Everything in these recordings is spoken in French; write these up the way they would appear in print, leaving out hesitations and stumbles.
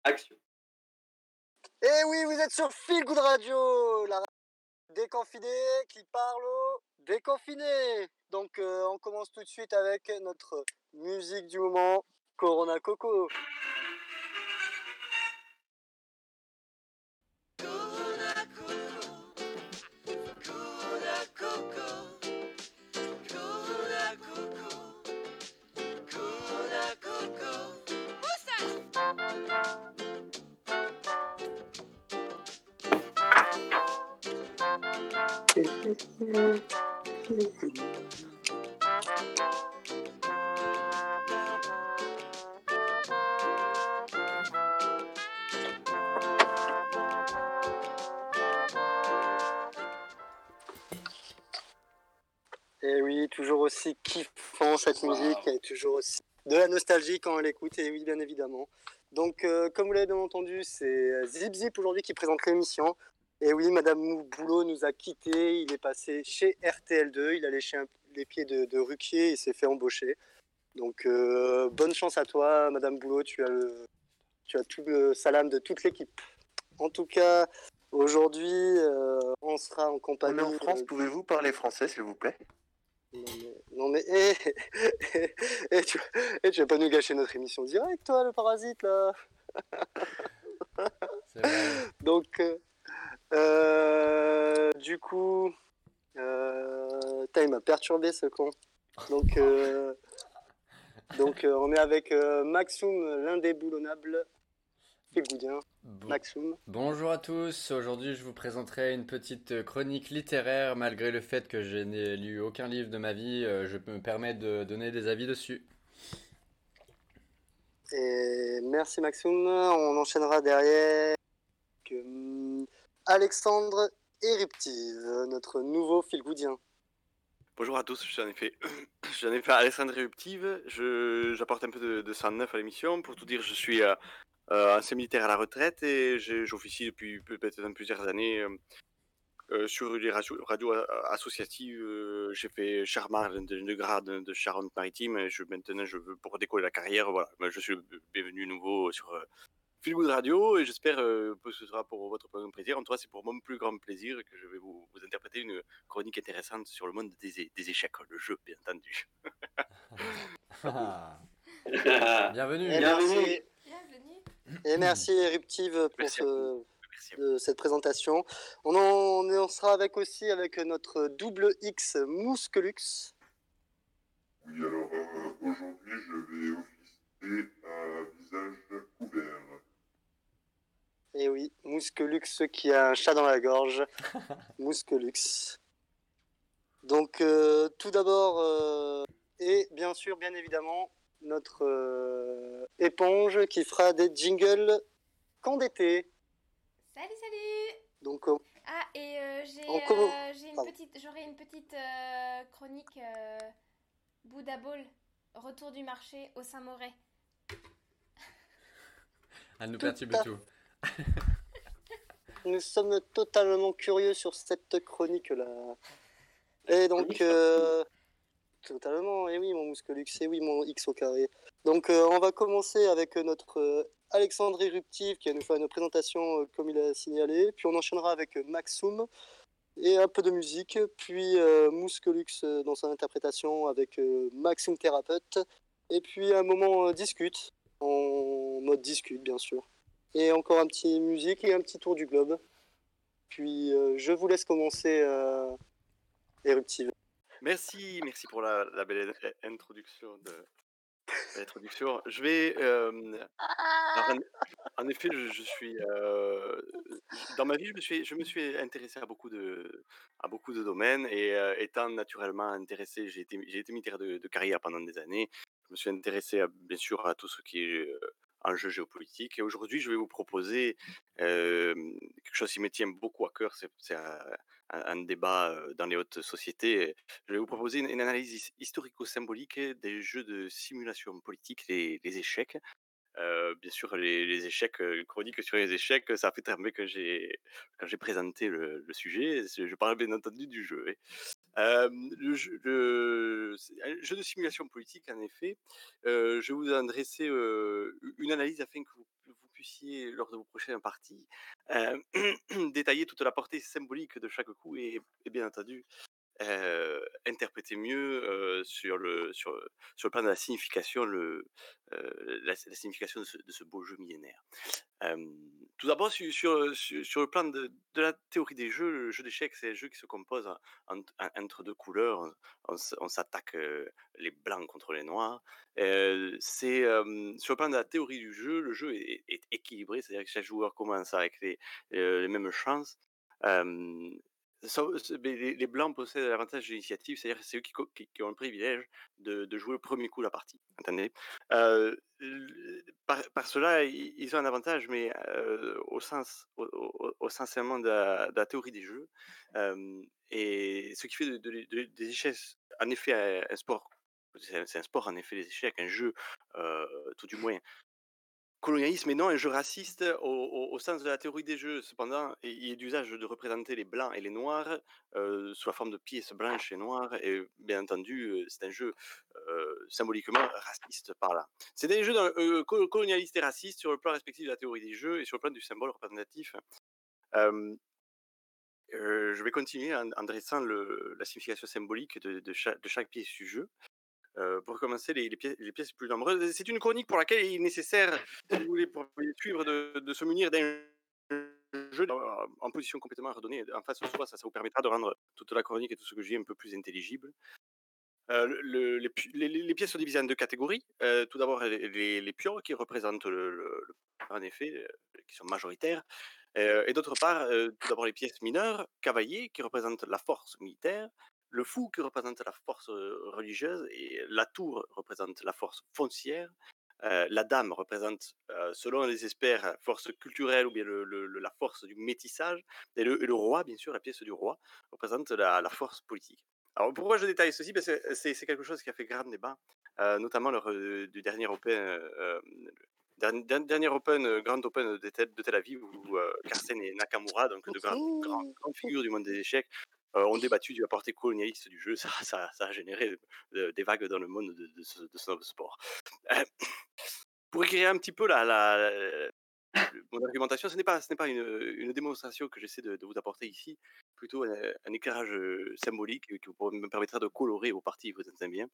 Action. Et oui, vous êtes sur Feel Good Radio, la radio déconfinée qui parle aux déconfinés. Donc on commence tout de suite avec notre musique du moment, Corona Coco. Et oui, toujours aussi kiffant cette musique, et toujours aussi de la nostalgie quand on l'écoute, et oui, bien évidemment. Donc, comme vous l'avez bien entendu, c'est Zip Zip aujourd'hui qui présente l'émission. Et oui, Madame Boulot nous a quittés, il est passé chez RTL2, il a léché les pieds de Ruquier, il s'est fait embaucher. Donc, bonne chance à toi, Madame Boulot, tu as tout le salam de toute l'équipe. En tout cas, aujourd'hui, on sera en compagnie... On est en France, pouvez-vous parler français, s'il vous plaît ? Non mais tu vas pas nous gâcher notre émission directe, toi, le parasite, là. C'est vrai. Donc, du coup, il m'a perturbé, ce con. Donc, on est avec Maxoum, l'indéboulonnable Fégoudien. Maxoum. Bonjour à tous, aujourd'hui je vous présenterai une petite chronique littéraire. Malgré le fait que je n'ai lu aucun livre de ma vie, je me permets de donner des avis dessus. Et merci Maxoum, on enchaînera derrière avec Alexandre Éruptive, notre nouveau feel-goodien. Bonjour à tous, j'en ai fait Alexandre Éruptive. J'apporte un peu de sang neuf à l'émission. Pour tout dire, je suis ancien militaire à la retraite et j'officie depuis peut-être plusieurs années sur les radios associatives. J'ai fait Charmar de grade de Charente-Maritime et maintenant pour décoller la carrière, voilà. Je suis bienvenu nouveau sur Feel Good Radio et j'espère que ce sera pour votre plus grand plaisir. En tout cas, c'est pour mon plus grand plaisir que je vais vous interpréter une chronique intéressante sur le monde des échecs, le jeu, bien entendu. Bienvenue. Et merci Éruptive pour cette présentation. On sera aussi avec notre double X Mousquelux. Oui, alors aujourd'hui je vais officier à visage couvert. Et oui, Mousquelux qui a un chat dans la gorge. Mousquelux. Donc tout d'abord, et bien sûr, bien évidemment, notre éponge qui fera des jingles qu'en d'été. Salut. Donc j'aurai une petite chronique Bouddha Ball, retour du marché au Saint-Mauré. Elle nous perturbe tout. Nous sommes totalement curieux sur cette chronique-là. Et donc, totalement, et oui, mon Mousquelux, et oui, mon X au carré. Donc, on va commencer avec notre Alexandre Éruptive qui va nous faire une présentation comme il a signalé. Puis on enchaînera avec Maxoum et un peu de musique. Puis Mousquelux dans son interprétation avec Maxoum Thérapeute. Et puis un moment discute, en mode discute, bien sûr. Et encore un petit musique et un petit tour du globe. Puis je vous laisse commencer, Éruptive. Merci pour la belle introduction. Je vais. Alors, en effet, je suis. Dans ma vie, je me suis intéressé à beaucoup de domaines et étant naturellement intéressé, j'ai été militaire de carrière pendant des années. Je me suis intéressé bien sûr à tout ce qui est enjeux géopolitiques. Et aujourd'hui, je vais vous proposer quelque chose qui me tient beaucoup à cœur. C'est un débat dans les hautes sociétés. Je vais vous proposer une analyse historico-symbolique des jeux de simulation politique, les échecs. Bien sûr, les échecs, une chronique sur les échecs, ça a fait trembler quand j'ai présenté le sujet. Je parle bien entendu du jeu. C'est un jeu de simulation politique, en effet. Je vais vous en dresser une analyse afin que vous puissiez, lors de vos prochaines parties, euh, détailler toute la portée symbolique de chaque coup et bien entendu, interpréter mieux sur le plan de la signification, la signification de ce beau jeu millénaire. Tout d'abord, sur le plan de la théorie des jeux, le jeu d'échecs, c'est un jeu qui se compose entre deux couleurs. On s'attaque les blancs contre les noirs. Sur le plan de la théorie du jeu, le jeu est équilibré, c'est-à-dire que chaque joueur commence avec les mêmes chances. Euh, mais les blancs possèdent l'avantage de l'initiative, c'est-à-dire que c'est eux qui ont le privilège de jouer le premier coup la partie. Entendez? Par cela, ils ont un avantage, mais au sens seulement de la théorie des jeux. Et ce qui fait des échecs, en effet, un sport. C'est un sport, en effet, les échecs, un jeu, tout du moins, colonialisme et non un jeu raciste au sens de la théorie des jeux. Cependant, il est d'usage de représenter les blancs et les noirs sous la forme de pièces blanches et noires. Et bien entendu, c'est un jeu symboliquement raciste par là. C'est des jeux colonialistes et racistes sur le plan respectif de la théorie des jeux et sur le plan du symbole représentatif. Euh, je vais continuer en dressant la signification symbolique de chaque pièce du jeu. Pour commencer, les pièces les plus nombreuses. C'est une chronique pour laquelle il est nécessaire, si vous voulez, pour les suivre, de se munir d'un jeu en position complètement ordonnée en face de soi. Ça vous permettra de rendre toute la chronique et tout ce que je dis un peu plus intelligible. Les pièces sont divisées en deux catégories. Tout d'abord, les pions qui représentent en effet, qui sont majoritaires. Et d'autre part, tout d'abord les pièces mineures, cavaliers, qui représentent la force militaire, le fou qui représente la force religieuse, et la tour représente la force foncière. La dame représente, selon les experts, force culturelle ou bien la force du métissage. Et le roi, bien sûr, la pièce du roi, représente la force politique. Alors pourquoi je détaille ceci? Parce que c'est quelque chose qui a fait grand débat, notamment lors du dernier Open, dernier Open, Grand Open de Tel Aviv, où Carsten et Nakamura, donc de grandes figures du monde des échecs, ont débattu de la portée colonialiste du jeu. Ça a généré des vagues dans le monde de ce nouveau sport. Pour éclairer un petit peu mon argumentation, ce n'est pas une démonstration que j'essaie de vous apporter ici, plutôt un éclairage symbolique qui me permettra de colorer vos parties, vous entendez bien.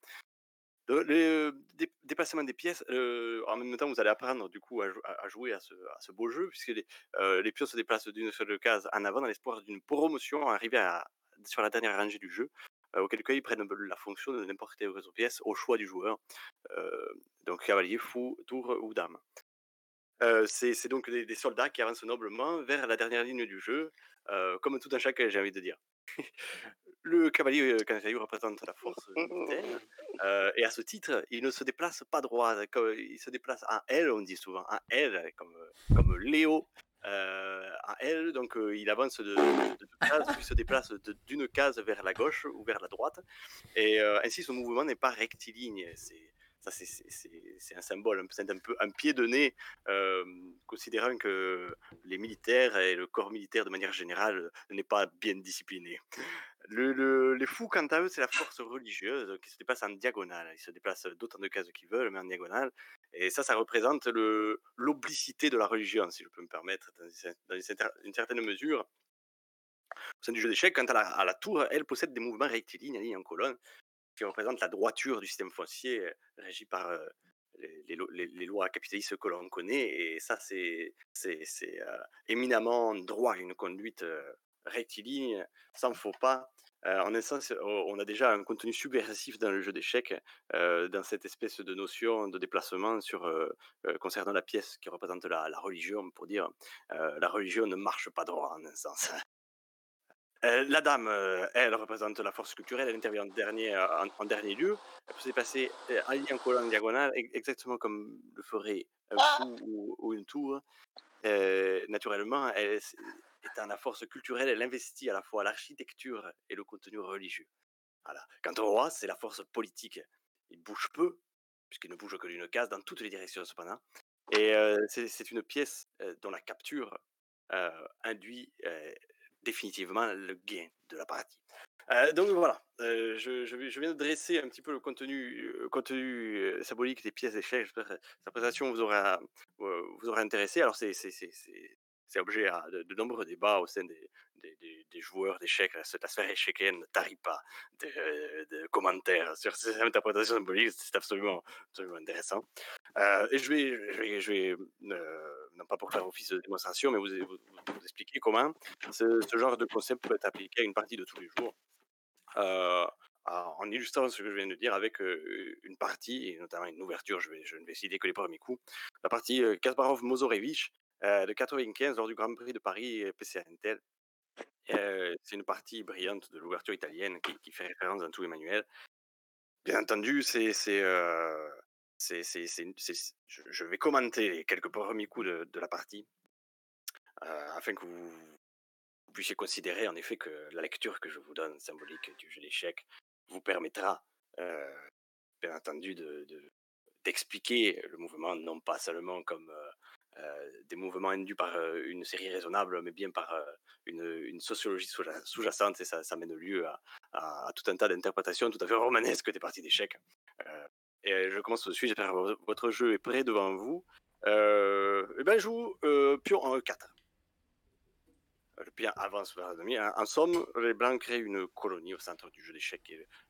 Le déplacement des pièces, en même temps, vous allez apprendre du coup à jouer à ce beau jeu, puisque les pions se déplacent d'une seule case en avant dans l'espoir d'une promotion, arriver sur la dernière rangée du jeu, auquel cas ils prennent la fonction de n'importe quelle autre pièce au choix du joueur. Donc cavalier, fou, tour ou dame. C'est donc des soldats qui avancent noblement vers la dernière ligne du jeu, comme tout un chacun, j'ai envie de dire. Le cavalier, quant à lui, représente la force militaire, et à ce titre, il ne se déplace pas droit, il se déplace en L, on dit souvent, en L, comme Léo, en L, donc il avance de deux cases, puis se déplace d'une case vers la gauche ou vers la droite, et ainsi son mouvement n'est pas rectiligne. C'est un symbole, c'est un peu un pied de nez, considérant que les militaires et le corps militaire de manière générale n'est pas bien discipliné. Les fous, quant à eux, c'est la force religieuse qui se déplace en diagonale. Ils se déplacent d'autant de cases qu'ils veulent, mais en diagonale. Et ça représente l'oblicité de la religion, si je peux me permettre, dans une certaine mesure. Au sein du jeu d'échecs, quant à la tour, elle possède des mouvements rectilignes, alignés en colonne, qui représentent la droiture du système foncier régi par les lois capitalistes que l'on connaît. Et ça, c'est éminemment droit, une conduite rectiligne, sans faux pas. En un sens, on a déjà un contenu subversif dans le jeu d'échecs, dans cette espèce de notion de déplacement concernant la pièce qui représente la religion, pour dire la religion ne marche pas droit, en un sens. La dame, elle représente la force culturelle, elle intervient en dernier lieu. Elle peut se déplacer en ligne, en colonne, en diagonale, exactement comme le ferait un fou ou une tour. Naturellement, étant la force culturelle, elle investit à la fois l'architecture et le contenu religieux. Voilà. Quant au roi, c'est la force politique. Il bouge peu, puisqu'il ne bouge que d'une case, dans toutes les directions cependant. Et c'est une pièce dont la capture induit définitivement le gain de la partie. Donc voilà, je viens de dresser un petit peu le contenu symbolique des pièces d'échecs. J'espère que sa présentation vous aura intéressé. Alors c'est objet de nombreux débats au sein des joueurs d'échecs. La sphère écheckienne ne tarit pas de commentaires sur ces interprétations symboliques. C'est absolument intéressant. Et je vais non pas pour faire office de démonstration, mais vous expliquer comment ce genre de concept peut être appliqué à une partie de tous les jours. En illustrant ce que je viens de dire avec une partie, et notamment une ouverture, je ne vais citer que les premiers coups, la partie Kasparov-Mozorevich de 95 lors du Grand Prix de Paris PCA Intel. C'est une partie brillante de l'ouverture italienne qui fait référence dans tous les manuels. Bien entendu, je vais commenter les quelques premiers coups de la partie afin que vous puissiez considérer en effet que la lecture que je vous donne, symbolique du jeu d'échecs, vous permettra, bien entendu, d'expliquer le mouvement, non pas seulement comme des mouvements induits par une série raisonnable, mais bien par une sociologie sous-jacente, et ça mène lieu à tout un tas d'interprétations tout à fait romanesques des parties d'échecs. Et je commence tout de suite, j'espère que votre jeu est prêt devant vous. Et ben, je joue pion en E4. Le pion avance vers la demi. En somme, les blancs créent une colonie au centre du jeu d'échecs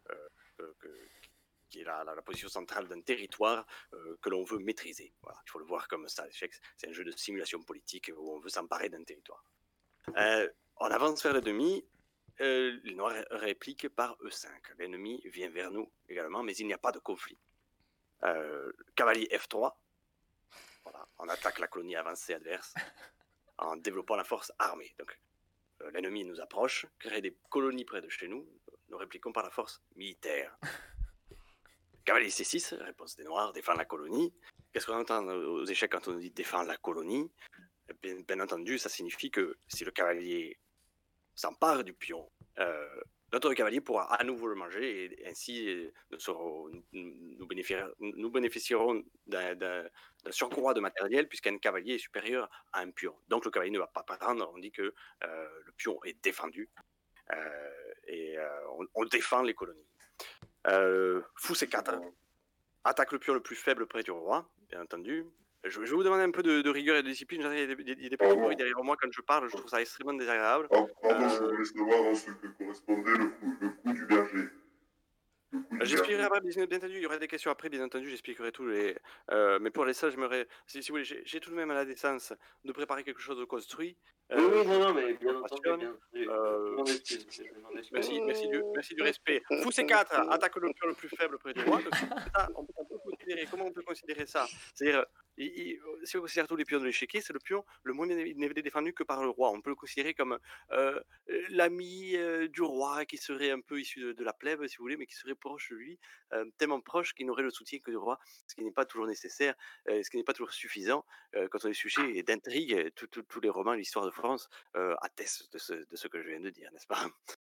qui est la position centrale d'un territoire que l'on veut maîtriser. Voilà, il faut le voir comme ça. L'échec, c'est un jeu de simulation politique où on veut s'emparer d'un territoire. On avance vers la demi. Les noirs répliquent par E5. L'ennemi vient vers nous également, mais il n'y a pas de conflit. Cavalier F3. Voilà, on attaque la colonie avancée adverse en développant la force armée. Donc, l'ennemi nous approche, crée des colonies près de chez nous. Nous répliquons par la force militaire. Cavalier C6, réponse des Noirs, défend la colonie. Qu'est-ce qu'on entend aux échecs quand on dit défend la colonie? Bien entendu, ça signifie que si le cavalier s'empare du pion, notre cavalier pourra à nouveau le manger et ainsi nous bénéficierons d'un surcroît de matériel puisqu'un cavalier est supérieur à un pion. Donc le cavalier ne va pas prendre, on dit que le pion est défendu et on défend les colonies. Fou C4, attaque le pion le plus faible près du roi, bien entendu. Je vais vous demander un peu de rigueur et de discipline. Il y a des petits bruits derrière moi quand je parle, je trouve ça extrêmement désagréable. Pardon, je voulais savoir en ce que correspondait le coup du berger. J'expliquerai après, bien entendu, il y aura des questions après, bien entendu, j'expliquerai tout. Mais pour les ça, j'aimerais, si vous voulez, j'ai tout de même la décence de préparer quelque chose de construit. Oui, non, mais bien entendu. Merci du respect. Fou C4, attaque le pion le plus faible près du roi. Donc, ça, comment on peut considérer ça? C'est-à-dire, si on considère tous les pions de l'échiquier, c'est le pion le moins défendu que par le roi. On peut le considérer comme l'ami du roi qui serait un peu issu de la plèbe, si vous voulez, mais qui serait proche de lui, tellement proche qu'il n'aurait le soutien que du roi, ce qui n'est pas toujours nécessaire, ce qui n'est pas toujours suffisant quand on est sujet d'intrigue. Tous les romans, l'histoire de France attestent de ce que je viens de dire, n'est-ce pas?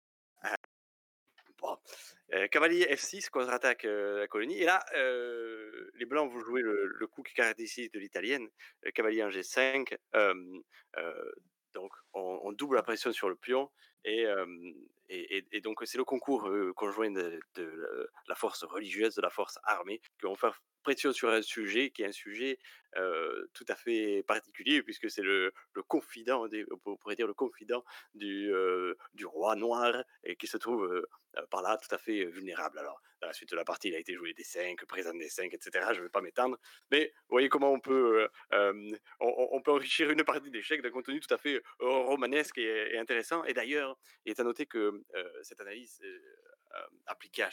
Bon. Cavalier F6, contre-attaque la colonie. Et là, les blancs vont jouer le coup qui caractérise de l'italienne, cavalier en G5. Donc, on double la pression sur le pion. Et donc, c'est le concours conjoint de la force religieuse, de la force armée, qui vont faire pression sur un sujet qui est un sujet tout à fait particulier, puisque c'est le confident, on pourrait dire le confident du roi noir, et qui se trouve par là tout à fait vulnérable. Alors, dans la suite de la partie, il a été joué des 5, présent des 5, etc. Je ne vais pas m'étendre, mais vous voyez comment on peut enrichir une partie d'échecs d'un contenu tout à fait romanesque et intéressant. Et d'ailleurs, il est à noter que cette analyse appliquée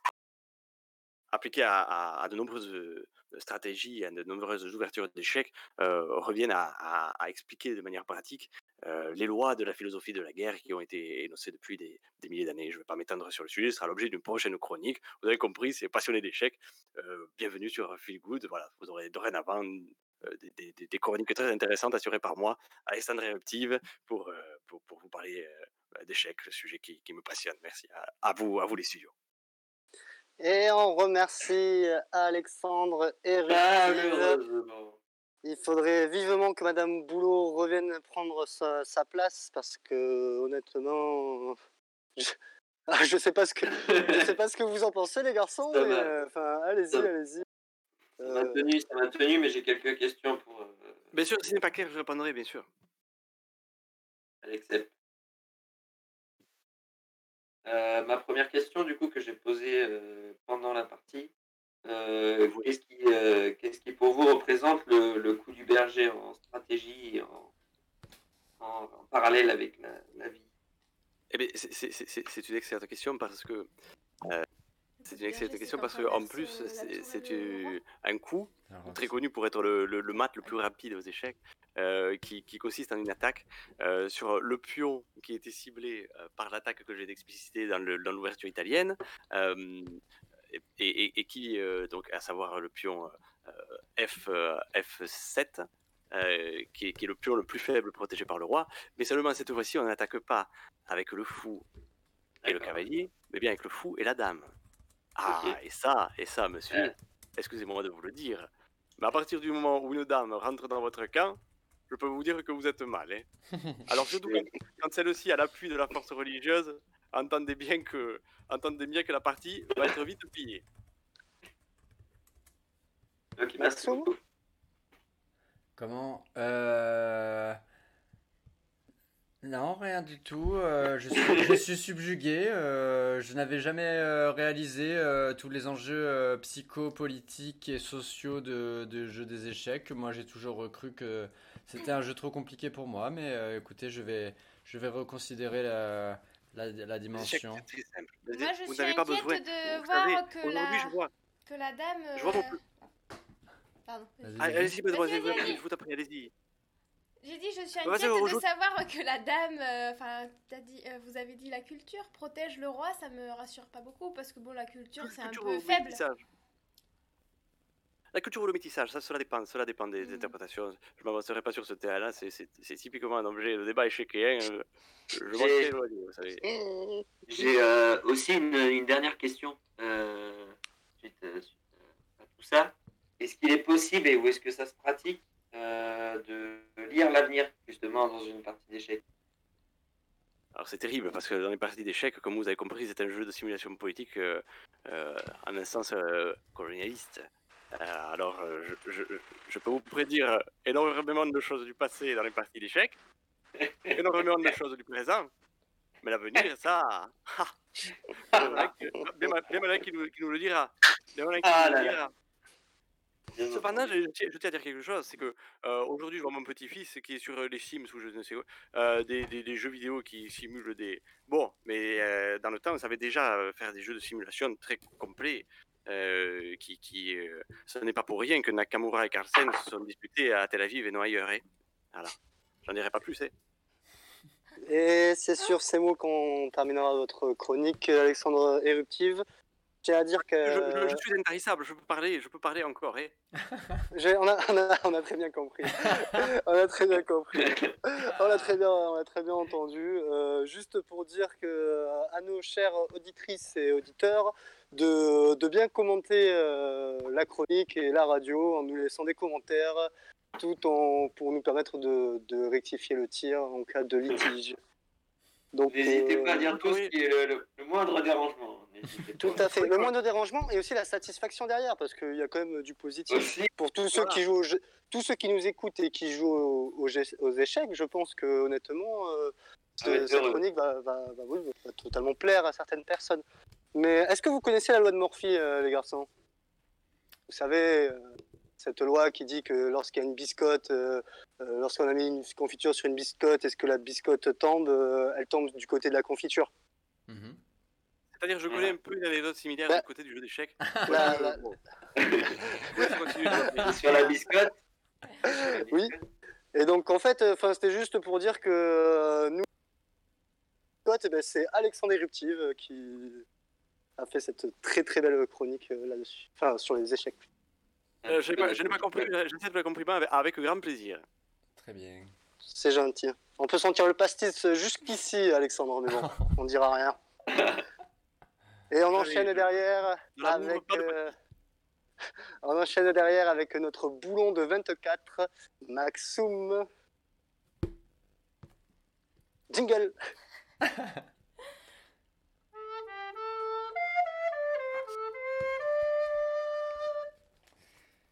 à de nombreuses stratégies, à de nombreuses ouvertures d'échecs, reviennent à expliquer de manière pratique les lois de la philosophie de la guerre qui ont été énoncées depuis des milliers d'années. Je ne vais pas m'étendre sur le sujet, ce sera l'objet d'une prochaine chronique. Vous avez compris, c'est passionné d'échecs. Bienvenue sur Feel Good. Voilà, vous aurez dorénavant des chroniques très intéressantes assurées par moi, Alexandre Eruptive, pour vous parler d'échecs, le sujet qui me passionne. Merci à vous les studios. Et on remercie Alexandre Eruptive. Il faudrait vivement que Madame Boulot revienne prendre sa place parce que honnêtement, Je sais pas ce que vous en pensez, les garçons, Ça mais va. allez-y, Ça va. allez-y. Ça m'a tenu, mais j'ai quelques questions pour Bien sûr, si ce n'est pas clair, je répondrai, bien sûr. Alexep. Ma première question, du coup, que j'ai posée pendant la partie, qu'est-ce qui pour vous représente le coup du berger en stratégie, en parallèle avec la vie? Eh bien, c'est une excellente question parce que c'est une Berger, excellente c'est question quand parce que en t'inverses, plus la c'est tour et le roi. un coup Alors, très connu pour être le mat le plus rapide aux échecs, qui consiste en une attaque sur le pion qui était ciblé par l'attaque que j'ai explicitée dans l'ouverture italienne, et qui, donc, à savoir le pion F7, qui est le pion le plus faible protégé par le roi, mais seulement cette fois-ci on n'attaque pas avec le fou et le D'accord. cavalier, mais bien avec le fou et la dame. Ah, Ok. et ça, monsieur, excusez-moi de vous le dire, mais à partir du moment où une dame rentre dans votre camp, je peux vous dire que vous êtes mal. Hein. Alors surtout quand celle-ci a l'appui de la force religieuse, entendez bien que la partie va être vite pliée. Ok, merci Maxou? beaucoup. comment Non, rien du tout. Je suis subjugué. Je n'avais jamais réalisé tous les enjeux psychopolitiques et sociaux de jeu des échecs. Moi, j'ai toujours cru que c'était un jeu trop compliqué pour moi. Mais écoutez, je vais reconsidérer la Les échecs, dimension. c'est très simple. Moi, je Vous suis n'avez pas besoin. inquiète de Vous savez, voir que aujourd'hui, que la dame. je vois mon plus. Pardon. Vas-y, Ah, vas-y. allez-y, mademoiselle, vous Vas-y. avez une faute après, allez-y. J'ai dit, je suis Vas-y, inquiète de rejoue. savoir que la dame, vous avez dit la culture protège le roi, ça me rassure pas beaucoup parce que bon, la culture c'est un Culture peu ou faible. métissage. La culture ou le métissage, cela dépend des interprétations. Je ne m'avancerai pas sur ce terrain-là, c'est typiquement un objet de débat échéquien. Je m'en J'ai- serais éloigné, vous savez. J'ai aussi une dernière question suite à tout ça. Est-ce qu'il est possible et où est-ce que ça se pratique de lire l'avenir justement dans une partie d'échecs? Alors c'est terrible parce que dans les parties d'échecs, comme vous avez compris, c'est un jeu de simulation politique en un sens colonialiste. Alors je peux vous prédire énormément de choses du passé dans les parties d'échecs, énormément de choses du présent, mais l'avenir, ça, bien malin qui nous le dira. Bien malin qui Ah nous le là là. dira. Bien Cependant, entendu. je tiens à dire quelque chose, c'est que aujourd'hui, je vois mon petit-fils qui est sur les Sims ou je ne sais quoi, des jeux vidéo qui simulent des... Bon, mais dans le temps, on savait déjà faire des jeux de simulation très complets. Ce n'est pas pour rien que Nakamura et Carlsen se sont disputés à Tel Aviv et non ailleurs. Hein. Voilà. J'en dirai pas plus. Hein. Et c'est sur ces mots qu'on terminera votre chronique, Alexandre Éruptive. J'ai à dire que Je suis intarissable, je peux parler encore. Hein. on a très bien compris. On a très bien compris. On a très bien entendu. Juste pour dire à nos chères auditrices et auditeurs de bien commenter la chronique et la radio en nous laissant des commentaires, pour nous permettre de rectifier le tir en cas de litige. Donc, N'hésitez pas à dire tout ce qui est le moindre dérangement. N'hésitez pas. tout à fait. Le moindre dérangement et aussi la satisfaction derrière, parce qu'il y a quand même du positif. Aussi, Pour tous ceux qui jouent tous ceux qui nous écoutent et qui jouent aux échecs, je pense que honnêtement, cette chronique va totalement plaire à certaines personnes. Mais est-ce que vous connaissez la loi de Murphy, les garçons? Vous savez, cette loi qui dit que lorsqu'il y a une biscotte, lorsqu'on a mis une confiture sur une biscotte, est-ce que la biscotte tombe, elle tombe du côté de la confiture? Mhm. C'est-à-dire, je connais un peu une anecdote similaire du côté du jeu d'échecs. Bon. Sur la biscotte. Oui. Et donc en fait, c'était juste pour dire que nous, c'est Alexandre Éruptive qui a fait cette très très belle chronique là-dessus, enfin sur les échecs. Je n'ai pas compris, j'accepte le compliment avec grand plaisir. Très bien. C'est gentil. On peut sentir le pastis jusqu'ici, Alexandre, mais bon, on dira rien. Et on enchaîne derrière avec notre boulon de 24, Maxoum.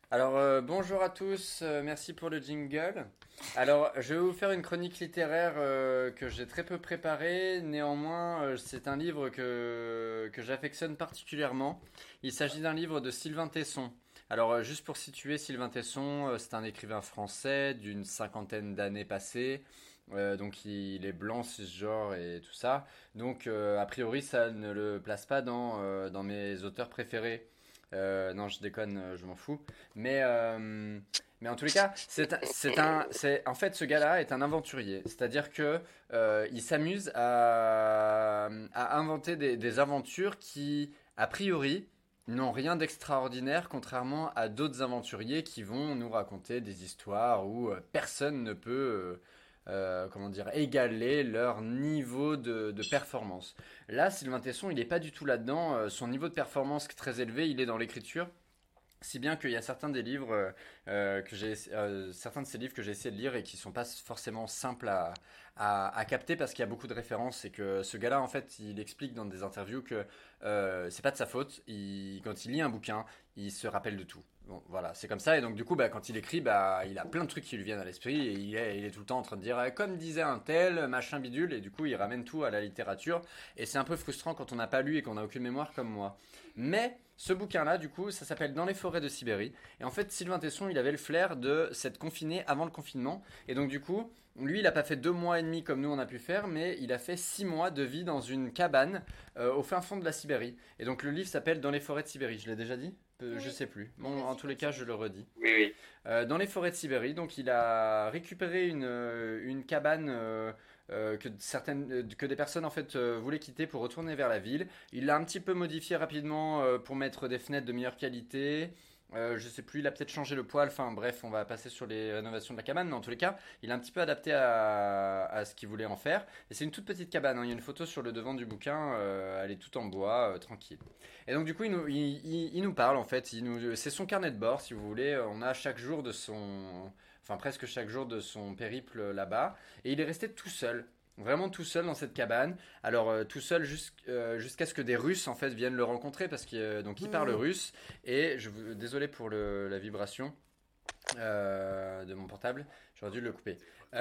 Alors, bonjour à tous, merci pour le jingle. Alors, je vais vous faire une chronique littéraire que j'ai très peu préparée. Néanmoins, c'est un livre que j'affectionne particulièrement. Il s'agit d'un livre de Sylvain Tesson. Alors, juste pour situer, Sylvain Tesson, c'est un écrivain français d'une cinquantaine d'années passées. Donc, il est blanc, cisgenre et tout ça. Donc, a priori, ça ne le place pas dans mes auteurs préférés. Non, je déconne, je m'en fous. Mais, euh, mais en tous les cas, en fait, ce gars-là est un aventurier. C'est-à-dire que il s'amuse à inventer des aventures qui, a priori, n'ont rien d'extraordinaire, contrairement à d'autres aventuriers qui vont nous raconter des histoires où personne ne peut, comment dire, égaler leur niveau de performance. Là, Sylvain Tesson, il n'est pas du tout là-dedans. Son niveau de performance très élevé, il est dans l'écriture. Si bien qu'il y a certains des livres certains de ces livres que j'ai essayé de lire et qui sont pas forcément simples à capter parce qu'il y a beaucoup de références et que ce gars-là, en fait, il explique dans des interviews que c'est pas de sa faute. Quand il lit un bouquin, il se rappelle de tout. Bon, voilà, c'est comme ça. Et donc, du coup, bah, quand il écrit, bah, il a plein de trucs qui lui viennent à l'esprit et il est tout le temps en train de dire comme disait un tel, machin bidule. Et du coup, il ramène tout à la littérature. Et c'est un peu frustrant quand on n'a pas lu et qu'on n'a aucune mémoire comme moi. Mais ce bouquin-là, du coup, ça s'appelle Dans les forêts de Sibérie. Et en fait, Sylvain Tesson, il avait le flair de s'être confiné avant le confinement. Et donc, du coup, lui, il n'a pas fait 2 mois et demi comme nous on a pu faire, mais il a fait 6 mois de vie dans une cabane au fin fond de la Sibérie. Et donc, le livre s'appelle Dans les forêts de Sibérie. Je l'ai déjà dit? Je Oui. sais plus. Bon, en Vas-y, tous les cas, je continue. le redis. Oui, oui. Dans les forêts de Sibérie, donc il a récupéré une cabane que des personnes en fait voulaient quitter pour retourner vers la ville. Il l'a un petit peu modifié rapidement pour mettre des fenêtres de meilleure qualité. Je sais plus, il a peut-être changé le poêle. Enfin bref, on va passer sur les rénovations de la cabane, mais en tous les cas, il a un petit peu adapté à ce qu'il voulait en faire. Et c'est une toute petite cabane, hein. Il y a une photo sur le devant du bouquin. Elle est toute en bois, tranquille. Et donc du coup, il nous parle en fait. C'est son carnet de bord, si vous voulez. On a chaque jour enfin presque chaque jour de son périple là-bas. Et il est resté tout seul. Vraiment tout seul dans cette cabane. Alors tout seul jusqu'à ce que des Russes en fait viennent le rencontrer parce qu'il donc il parle russe et désolé pour la vibration de mon portable, j'aurais dû le couper.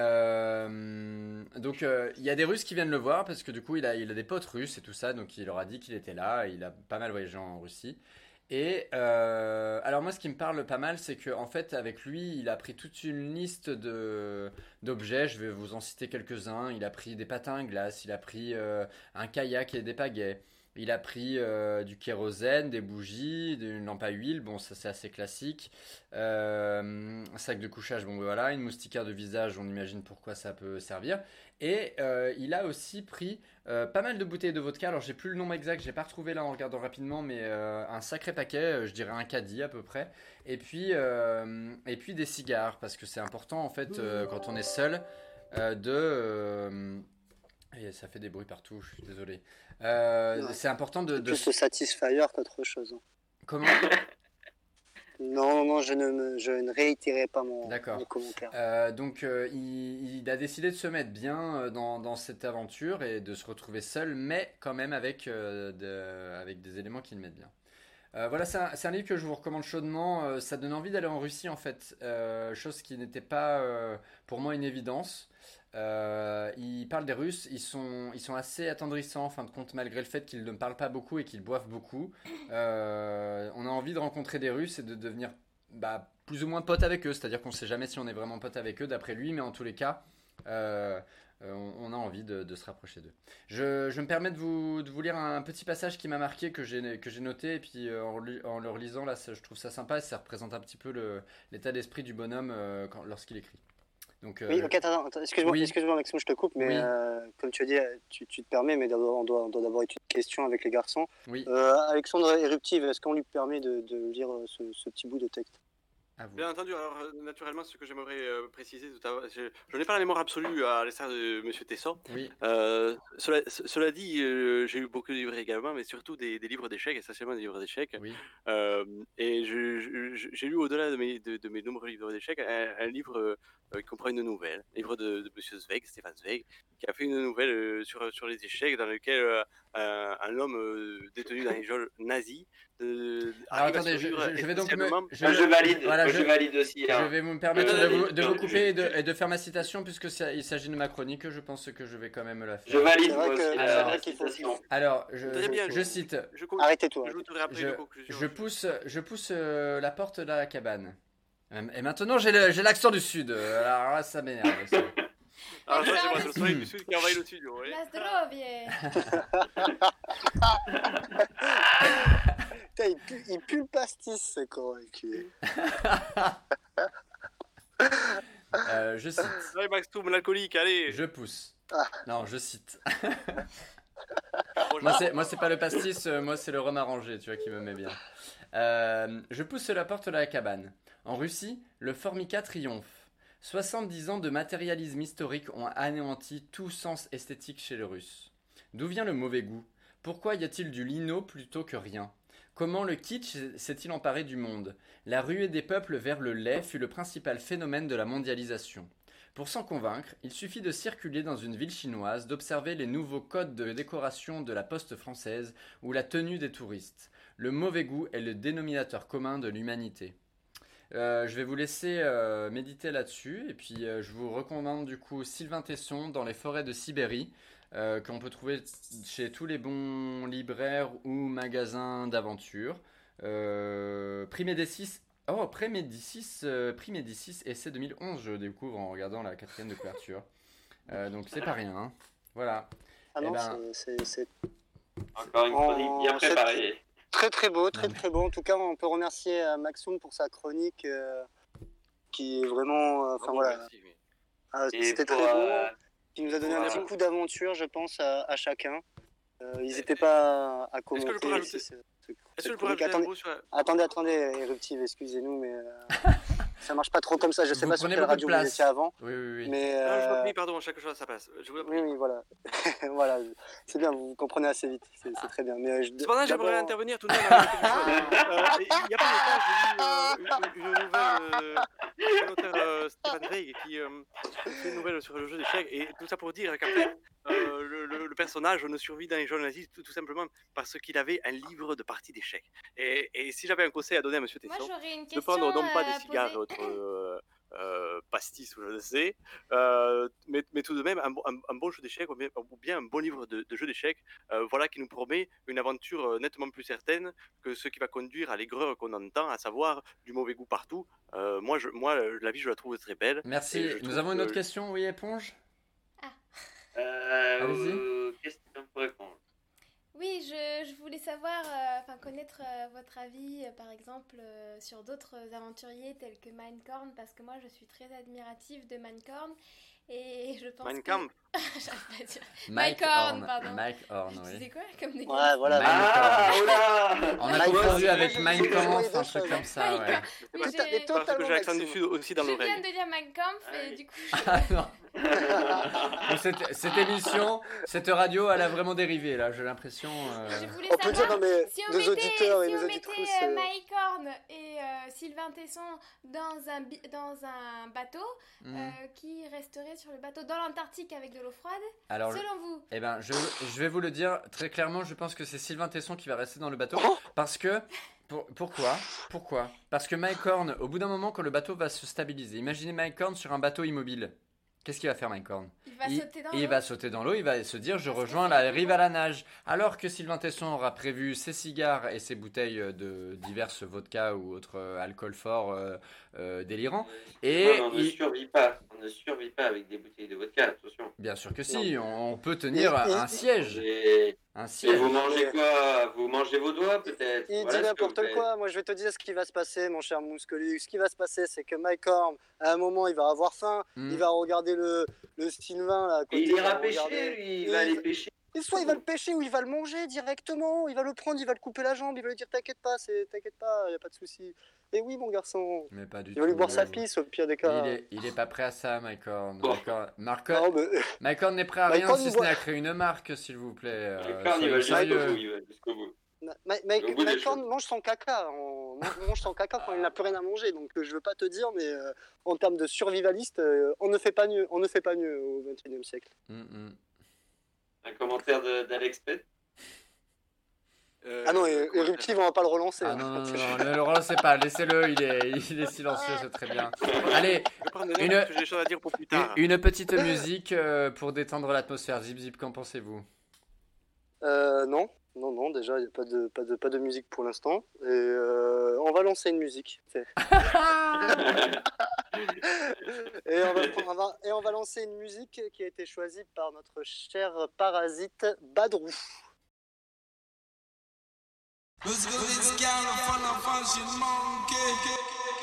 Donc il y a des Russes qui viennent le voir parce que du coup il a des potes russes et tout ça, donc il leur a dit qu'il était là, il a pas mal voyagé en Russie. Et alors moi ce qui me parle pas mal c'est que en fait avec lui il a pris toute une liste d'objets, je vais vous en citer quelques-uns. Il a pris des patins à glace, il a pris un kayak et des pagaies. Il a pris du kérosène, des bougies, une lampe à huile, bon ça c'est assez classique. Un sac de couchage, bon voilà, une moustiquaire de visage, on imagine pourquoi ça peut servir. Et il a aussi pris pas mal de bouteilles de vodka. Alors j'ai plus le nombre exact, j'ai pas retrouvé là en regardant rapidement, mais un sacré paquet, je dirais un caddie à peu près. Et puis des cigares, parce que c'est important en fait quand on est seul et ça fait des bruits partout, je suis désolé. Ouais. C'est important C'est plus le Satisfyer qu'autre chose. Comment? Non, non, je ne réitérerai pas D'accord. mes commentaires. Donc il a décidé de se mettre bien dans cette aventure et de se retrouver seul, mais quand même avec des éléments qui le mettent bien. Voilà, c'est un livre que je vous recommande chaudement. Ça donne envie d'aller en Russie en fait, chose qui n'était pas pour moi une évidence. Il parle des Russes, ils sont assez attendrissants en fin de compte, malgré le fait qu'ils ne parlent pas beaucoup et qu'ils boivent beaucoup. On a envie de rencontrer des Russes et de devenir plus ou moins pote avec eux, c'est-à-dire qu'on ne sait jamais si on est vraiment pote avec eux d'après lui, mais en tous les cas, euh, on a envie de se rapprocher d'eux. Je me permets de vous lire un petit passage qui m'a marqué, que j'ai noté, et puis en le relisant, là, je trouve ça sympa, et ça représente un petit peu l'état d'esprit du bonhomme lorsqu'il écrit. Donc, Oui, ok, attends, excuse-moi, oui, Maxime, je te coupe, mais oui, comme tu as dit, tu te permets, mais on doit d'abord être une question avec les garçons. oui, Alexandre Éruptive, est-ce qu'on lui permet de lire ce petit bout de texte? à vous. Bien entendu, alors naturellement, ce que j'aimerais préciser tout à l'heure, je n'ai pas la mémoire absolue à l'instar de Monsieur Tesson. Oui, Cela dit, j'ai lu beaucoup de livres également, mais surtout des livres d'échecs, essentiellement des livres d'échecs. oui, Et j'ai lu au-delà de mes nombreux livres d'échecs un livre qui comprend une nouvelle, un livre de Monsieur Zweig, Stéphane Zweig, qui a fait une nouvelle sur les échecs dans lequel un homme détenu dans les geôles nazis Alors arrive à attendez, survivre je vais donc me, essentiellement. Je valide, voilà, moi, je valide aussi. je hein. vais me permettre Euh, de vous couper je- et de faire ma citation puisque il s'agit de ma chronique. Je pense que je vais quand même la Je faire. valide C'est vrai moi que- aussi c'est la vrai qu'il faut- citation. Alors, Très bien, je cite. Arrêtez-toi. J'ajouterai après Je, une conclusion. je pousse la porte de la cabane. Et maintenant, j'ai l'accent du sud. Alors là, ça m'énerve. ça. Alors ça, c'est moi, c'est le soleil du sud qui envahit le studio. Oui. La zdrowie. Putain, il pue le pastis, ce con, enculé. Je cite. Allez, Max Toum, l'alcoolique, allez. Je pousse. Ah. Non, je cite. Bon, Moi, c'est pas le pastis, moi, c'est le rhum arrangé, tu vois, qui me met bien. Je pousse la porte de la cabane. En Russie, le Formica triomphe. 70 ans de matérialisme historique ont anéanti tout sens esthétique chez les Russes. D'où vient le mauvais goût? Pourquoi y a-t-il du lino plutôt que rien? Comment le kitsch s'est-il emparé du monde? La ruée des peuples vers le lait fut le principal phénomène de la mondialisation. Pour s'en convaincre, il suffit de circuler dans une ville chinoise, d'observer les nouveaux codes de décoration de la poste française ou la tenue des touristes. Le mauvais goût est le dénominateur commun de l'humanité. Je vais vous laisser méditer là-dessus et puis je vous recommande du coup Sylvain Tesson dans les forêts de Sibérie qu'on peut trouver chez tous les bons libraires ou magasins d'aventure. Prix Médicis, Prix Médicis essai 2011 je découvre en regardant la 4e de couverture. Donc c'est pas rien. Hein. Voilà. Ah Eh non, ben- c'est Encore une chronique bien cette- préparée. très très beau, Non, très mais- très beau. En tout cas, on peut remercier Maxoum pour sa chronique qui est vraiment. Enfin Bravo, voilà, merci, oui. Et c'était pour, très beau. Qui nous a donné un pour, petit euh, coup d'aventure, je pense, à chacun. Ils n'étaient pas à Est-ce commenter. que je peux rajouter- cette Est-ce que je peux chronique. rajouter un mot sur la... Attendez, Éruptive, excusez-nous, mais ça marche pas trop comme ça. Je sais Vous pas sur prenez quelle beaucoup de radio vous place. étiez avant, Oui. mais Ah, je vous en prie, pardon, chaque chose à sa place. Je vous en prie. oui, voilà, voilà, c'est bien, vous comprenez assez vite, c'est très bien. Mais Cependant, j'aimerais d'abord- intervenir tout de même avec quelque chose. Il y a pas longtemps, j'ai lu une nouvelle d'un auteur Stéphane Zweig qui fait une nouvelle sur le jeu d'échecs. Et tout ça pour dire qu'en fait, le personnage ne survit dans les jeux nazis tout simplement parce qu'il avait un livre de parties d'échecs. Et si j'avais un conseil à donner à M. Moi, Tesson, j'aurais une de question prendre non pas des à cigares et poser. autres pastis ou je ne sais, mais tout de même un bon jeu d'échecs ou bien un bon livre de jeu d'échecs, voilà, qui nous promet une aventure nettement plus certaine que ce qui va conduire à l'aigreur qu'on entend, à savoir du mauvais goût partout. Moi, la vie, je la trouve très belle. Merci. Et je Nous trouve avons une que- autre question, oui, éponge? Allez-y. Question pour répondre. Oui, je voulais savoir, connaître votre avis, par exemple, sur d'autres aventuriers tels que Minecraft, parce que moi, je suis très admirative de Minecraft, et je pense Mein que... Kampf. J'arrive pas à dire. Mike Horn, Horn. pardon. Mike Horn, Je oui. disais quoi comme des Ouais, voilà. Mike Ah, Horn. oula On a Mike confondu Horn. avec Je Mein voyais Kampf, deux un truc choses. comme ça, ouais. Mike Tout Mais à- j'ai- et Parce que totalement j'ai l'accent du Maxime. sud aussi dans Je viens l'oreille. de dire Minecraft, Ah et oui. du coup... Ah non. Mais cette émission, cette radio, elle a vraiment dérivé là, j'ai l'impression. Je voulais On peut dire, savoir non mais si on nos mettait, auditeurs et si nos on mettait auditrices. Mike Horn et Sylvain Tesson dans un bateau, qui resterait sur le bateau dans l'Antarctique avec de l'eau froide, Alors, selon vous? eh ben, je vais vous le dire très clairement, je pense que c'est Sylvain Tesson qui va rester dans le bateau. Oh Parce que. Pourquoi? Parce que Mike Horn, au bout d'un moment, quand le bateau va se stabiliser, imaginez Mike Horn sur un bateau immobile. Qu'est-ce qu'il va faire, Mike Horn? Il va sauter dans Il l'eau. va sauter dans l'eau, il va se dire je Parce que rejoins c'est la le rive pouvoir. à la nage. Alors que Sylvain Tesson aura prévu ses cigares et ses bouteilles de diverses vodka ou autres alcools forts délirants. Et Non, on ne survit pas. On ne survit pas avec des bouteilles de vodka, attention. bien sûr que si, on peut tenir Et- un siège. Et Un et siège. vous mangez quoi? Vous mangez vos doigts, peut-être? Il Voilà dit ce que n'importe vous faites. quoi. Moi, je vais te dire ce qui va se passer, mon cher Mouscolu. Ce qui va se passer, c'est que Mike Horn, à un moment, il va avoir faim. Mm. Il va regarder le Sylvain là. à Et côté, il va ira regarder- pêcher, lui. Il Et va il- aller pêcher. Et soit il va le pêcher ou il va le manger directement. Il va le prendre, il va le couper la jambe. Il va lui dire t'inquiète pas, il n'y a pas de souci. Et oui, mon garçon. Mais pas du Il va lui tout. boire sa pisse au pire des cas. Il est pas prêt à ça, Mike Horn. Bon. Non, mais... Mike Horn n'est prêt à Mike rien Horn, si il ce voit- n'est à créer une marque, s'il vous plaît. Le corps, il va soyez jusqu'au sérieux. bout. Il va jusqu'au bout. Au bout des Mike Horn choses. mange son caca mange son caca quand il n'a plus rien à manger. Donc je veux pas te dire, mais en termes de survivaliste, on ne fait pas mieux. On ne fait pas mieux au XXIe siècle. Un commentaire d'Alex Pet. Ah non, Éruptive, on va pas le relancer. Ah non, ne le relancez pas, laissez-le, il est silencieux, c'est très bien. Allez, j'ai des choses à dire pour plus tard. une petite musique pour détendre l'atmosphère. Zip Zip, qu'en pensez-vous? Non, déjà, il n'y a pas de musique pour l'instant. Et on va lancer une musique. Et on va lancer une musique qui a été choisie par notre cher parasite Badrou. Let's go, this guy, la function monkey.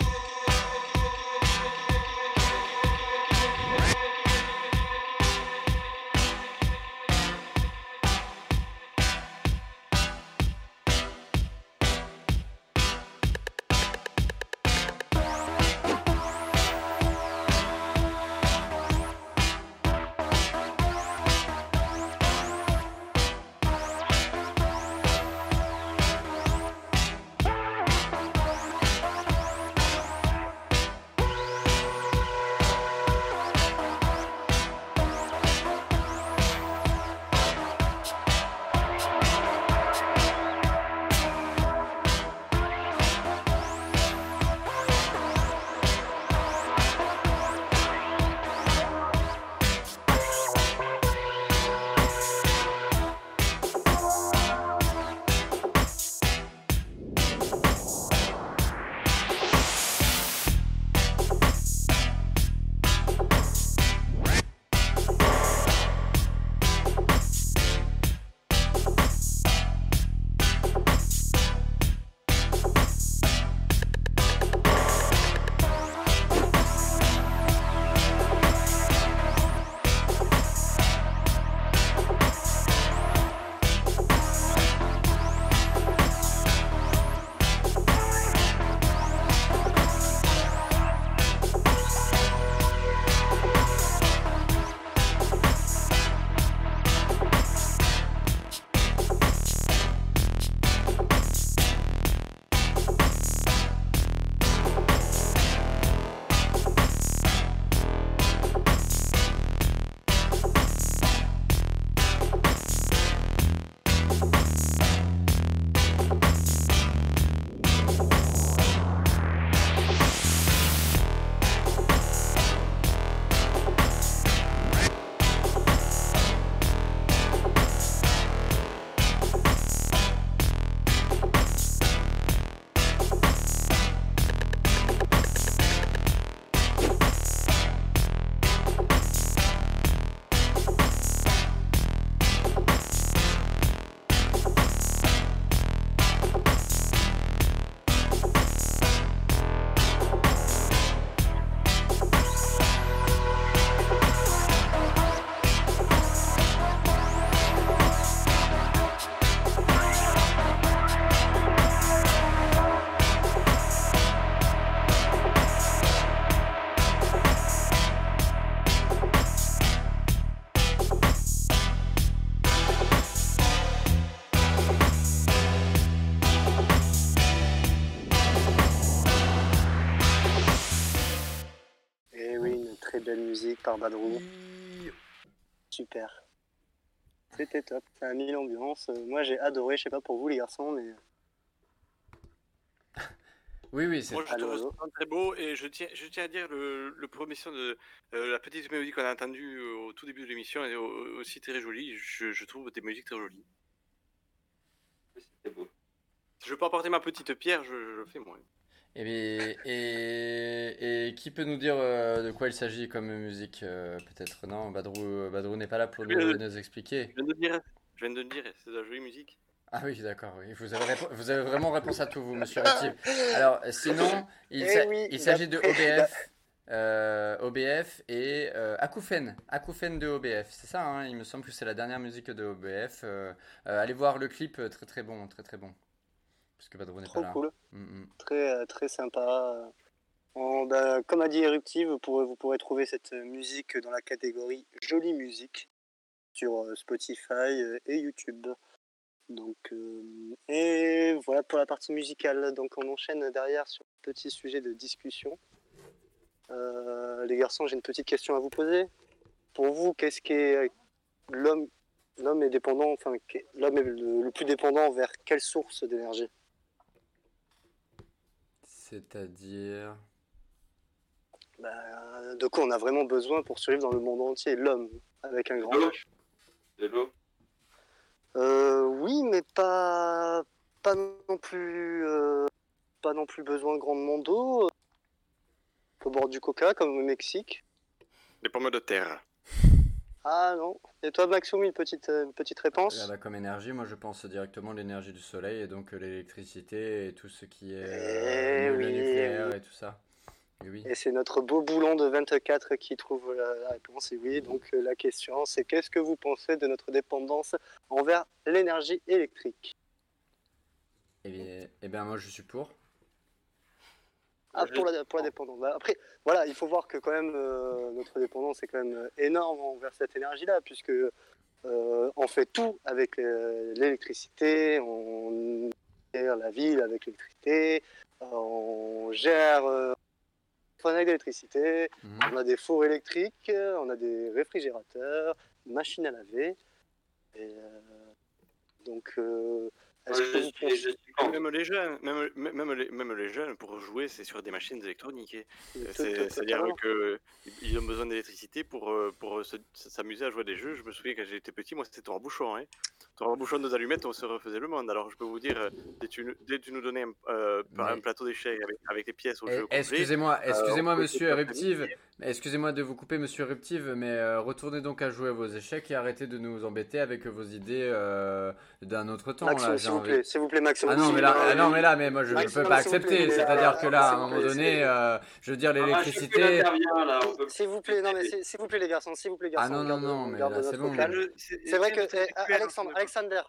Par Badrou. Super. C'était top. Ça a mis l'ambiance. Moi j'ai adoré. Je sais pas pour vous les garçons, mais. Oui, c'est moi je trouve ça très beau et je tiens à dire le premier son de la petite mélodie qu'on a entendue au tout début de l'émission est aussi très jolie. Je trouve des musiques très jolies. C'était beau. Si je peux apporter ma petite pierre, je le fais moi. Et qui peut nous dire de quoi il s'agit comme musique peut-être? Non, Badrou n'est pas là pour nous expliquer. Je viens de le dire, c'est de la jolie musique. Ah oui, d'accord, oui. Vous avez vraiment réponse à tout, vous, monsieur Rétif. Alors, sinon, il s'agit de OBF et Acouphène de OBF, c'est ça, hein, il me semble que c'est la dernière musique de OBF. Allez voir le clip, très très bon, très très bon. Parce que Badrou n'est pas là. Trop cool, très, très sympa. Comme a dit Éruptive, vous pourrez trouver cette musique dans la catégorie Jolie Musique sur Spotify et YouTube. Donc, et voilà pour la partie musicale. Donc on enchaîne derrière sur un petit sujet de discussion. Les garçons, j'ai une petite question à vous poser. Pour vous, qu'est-ce qu'est l'homme? L'homme est dépendant, enfin, l'homme est le plus dépendant vers quelle source d'énergie? C'est-à-dire. De quoi on a vraiment besoin pour survivre dans le monde entier? L'homme, avec un grand H. De l'eau. Oui, mais pas non plus besoin grandement d'eau. On peut boire du coca comme au Mexique. Les pommes de terre. Ah non. Et toi, Maxoum, une petite réponse? Ah bah, comme énergie, moi je pense directement l'énergie du soleil et donc l'électricité et tout ce qui est le oui, nucléaire oui. et tout ça. Et oui. Et c'est notre beau boulon de 24 qui trouve la réponse. Et oui, donc la question, c'est qu'est-ce que vous pensez de notre dépendance envers l'énergie électrique? Eh bien, moi je suis pour. Ah, pour la dépendance. Bah, après, voilà, il faut voir que quand même notre dépendance est quand même énorme envers cette énergie-là, puisque on fait tout avec l'électricité, on gère la ville avec l'électricité, on gère avec l'électricité, on a des fours électriques, on a des réfrigérateurs, une machine à laver. Et, donc, est-ce que vous pensez... Même les jeunes, pour jouer, c'est sur des machines électroniques. C'est-à-dire qu'ils ont besoin d'électricité pour s'amuser à jouer à des jeux. Je me souviens quand j'étais petit, moi c'était Tour-à-Bouchon. Tour-à-Bouchon, nos allumettes, on se refaisait le monde. Alors je peux vous dire, dès que tu nous donnais un plateau d'échecs avec les pièces au jeu complet... Excusez-moi, monsieur Éruptive. Excusez-moi de vous couper, monsieur Éruptive, mais retournez donc à jouer à vos échecs et arrêtez de nous embêter avec vos idées d'un autre temps. Maxime, là, s'il vous plaît, Maxime. Ah non, mais moi je ne peux pas accepter. C'est-à-dire que là, à un moment donné, je veux dire, l'électricité. S'il vous plaît, non, mais s'il vous plaît, les garçons, s'il vous plaît, garçons. Ah non, mais là, c'est bon. C'est vrai que Alexander,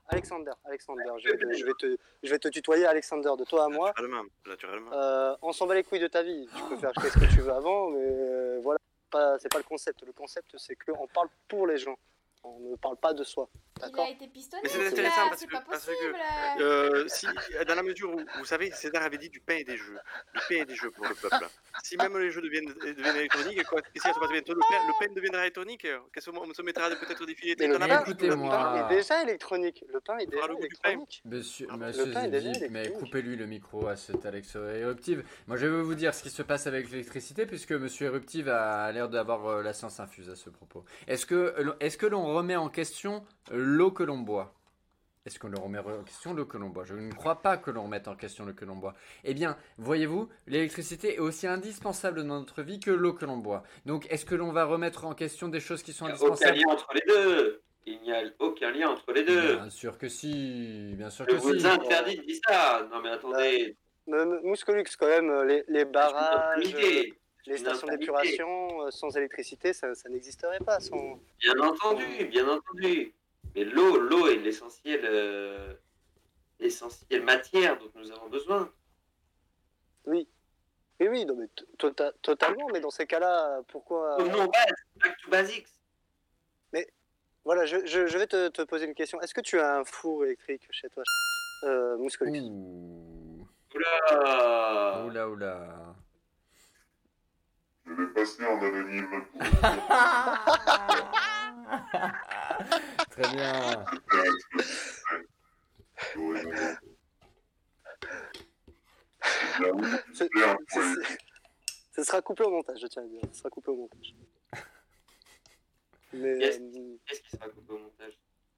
je vais te tutoyer, Alexander, de toi à moi. Naturellement. On s'en bat les couilles de ta vie. Tu peux faire ce que tu veux avant, mais voilà, c'est pas le concept. Le concept, c'est qu'on parle pour les gens. On ne parle pas de soi. D'accord. Il a été pistonné. Mais c'est intéressant parce que si, dans la mesure où, vous savez, César avait dit du pain et des jeux. Du pain et des jeux pour le peuple. Si même les jeux deviennent électroniques, qu'est-ce qui va se passer bientôt? Le pain deviendra électronique. Qu'est-ce qu'on se mettra peut-être des filets le pain est déjà électronique. Le pain est déjà électronique. Monsieur Zip, mais coupez-lui le micro à cet Alex Éruptive. Moi, je vais vous dire ce qui se passe avec l'électricité, puisque monsieur Éruptive a l'air d'avoir la science infuse à ce propos. Est-ce que l'on remet en question l'eau que l'on boit? Est-ce qu'on remet en question l'eau que l'on boit? Je ne crois pas que l'on remette en question l'eau que l'on boit. Eh bien, voyez-vous, l'électricité est aussi indispensable dans notre vie que l'eau que l'on boit. Donc, est-ce que l'on va remettre en question des choses qui sont indispensables? Il n'y a aucun lien entre les deux. Il n'y a aucun lien entre les deux. Bien sûr que si. Bien sûr que si. Je vous interdis de dire ça. Non mais attendez. Mouscolux, quand même, les barrages, les stations d'épuration, sans électricité, ça n'existerait pas. Bien entendu. Mais l'eau est l'essentielle matière dont nous avons besoin. Oui, non, mais totalement. Mais dans ces cas-là, pourquoi... Non, back to basics. Mais voilà, je vais te poser une question. Est-ce que tu as un four électrique chez toi, Mouscolux? Oula. Je vais passer en anonyme. Très bien. Ce sera coupé au montage, je tiens à dire. Ce sera coupé au montage. Mais, qu'est-ce qui sera coupé au montage?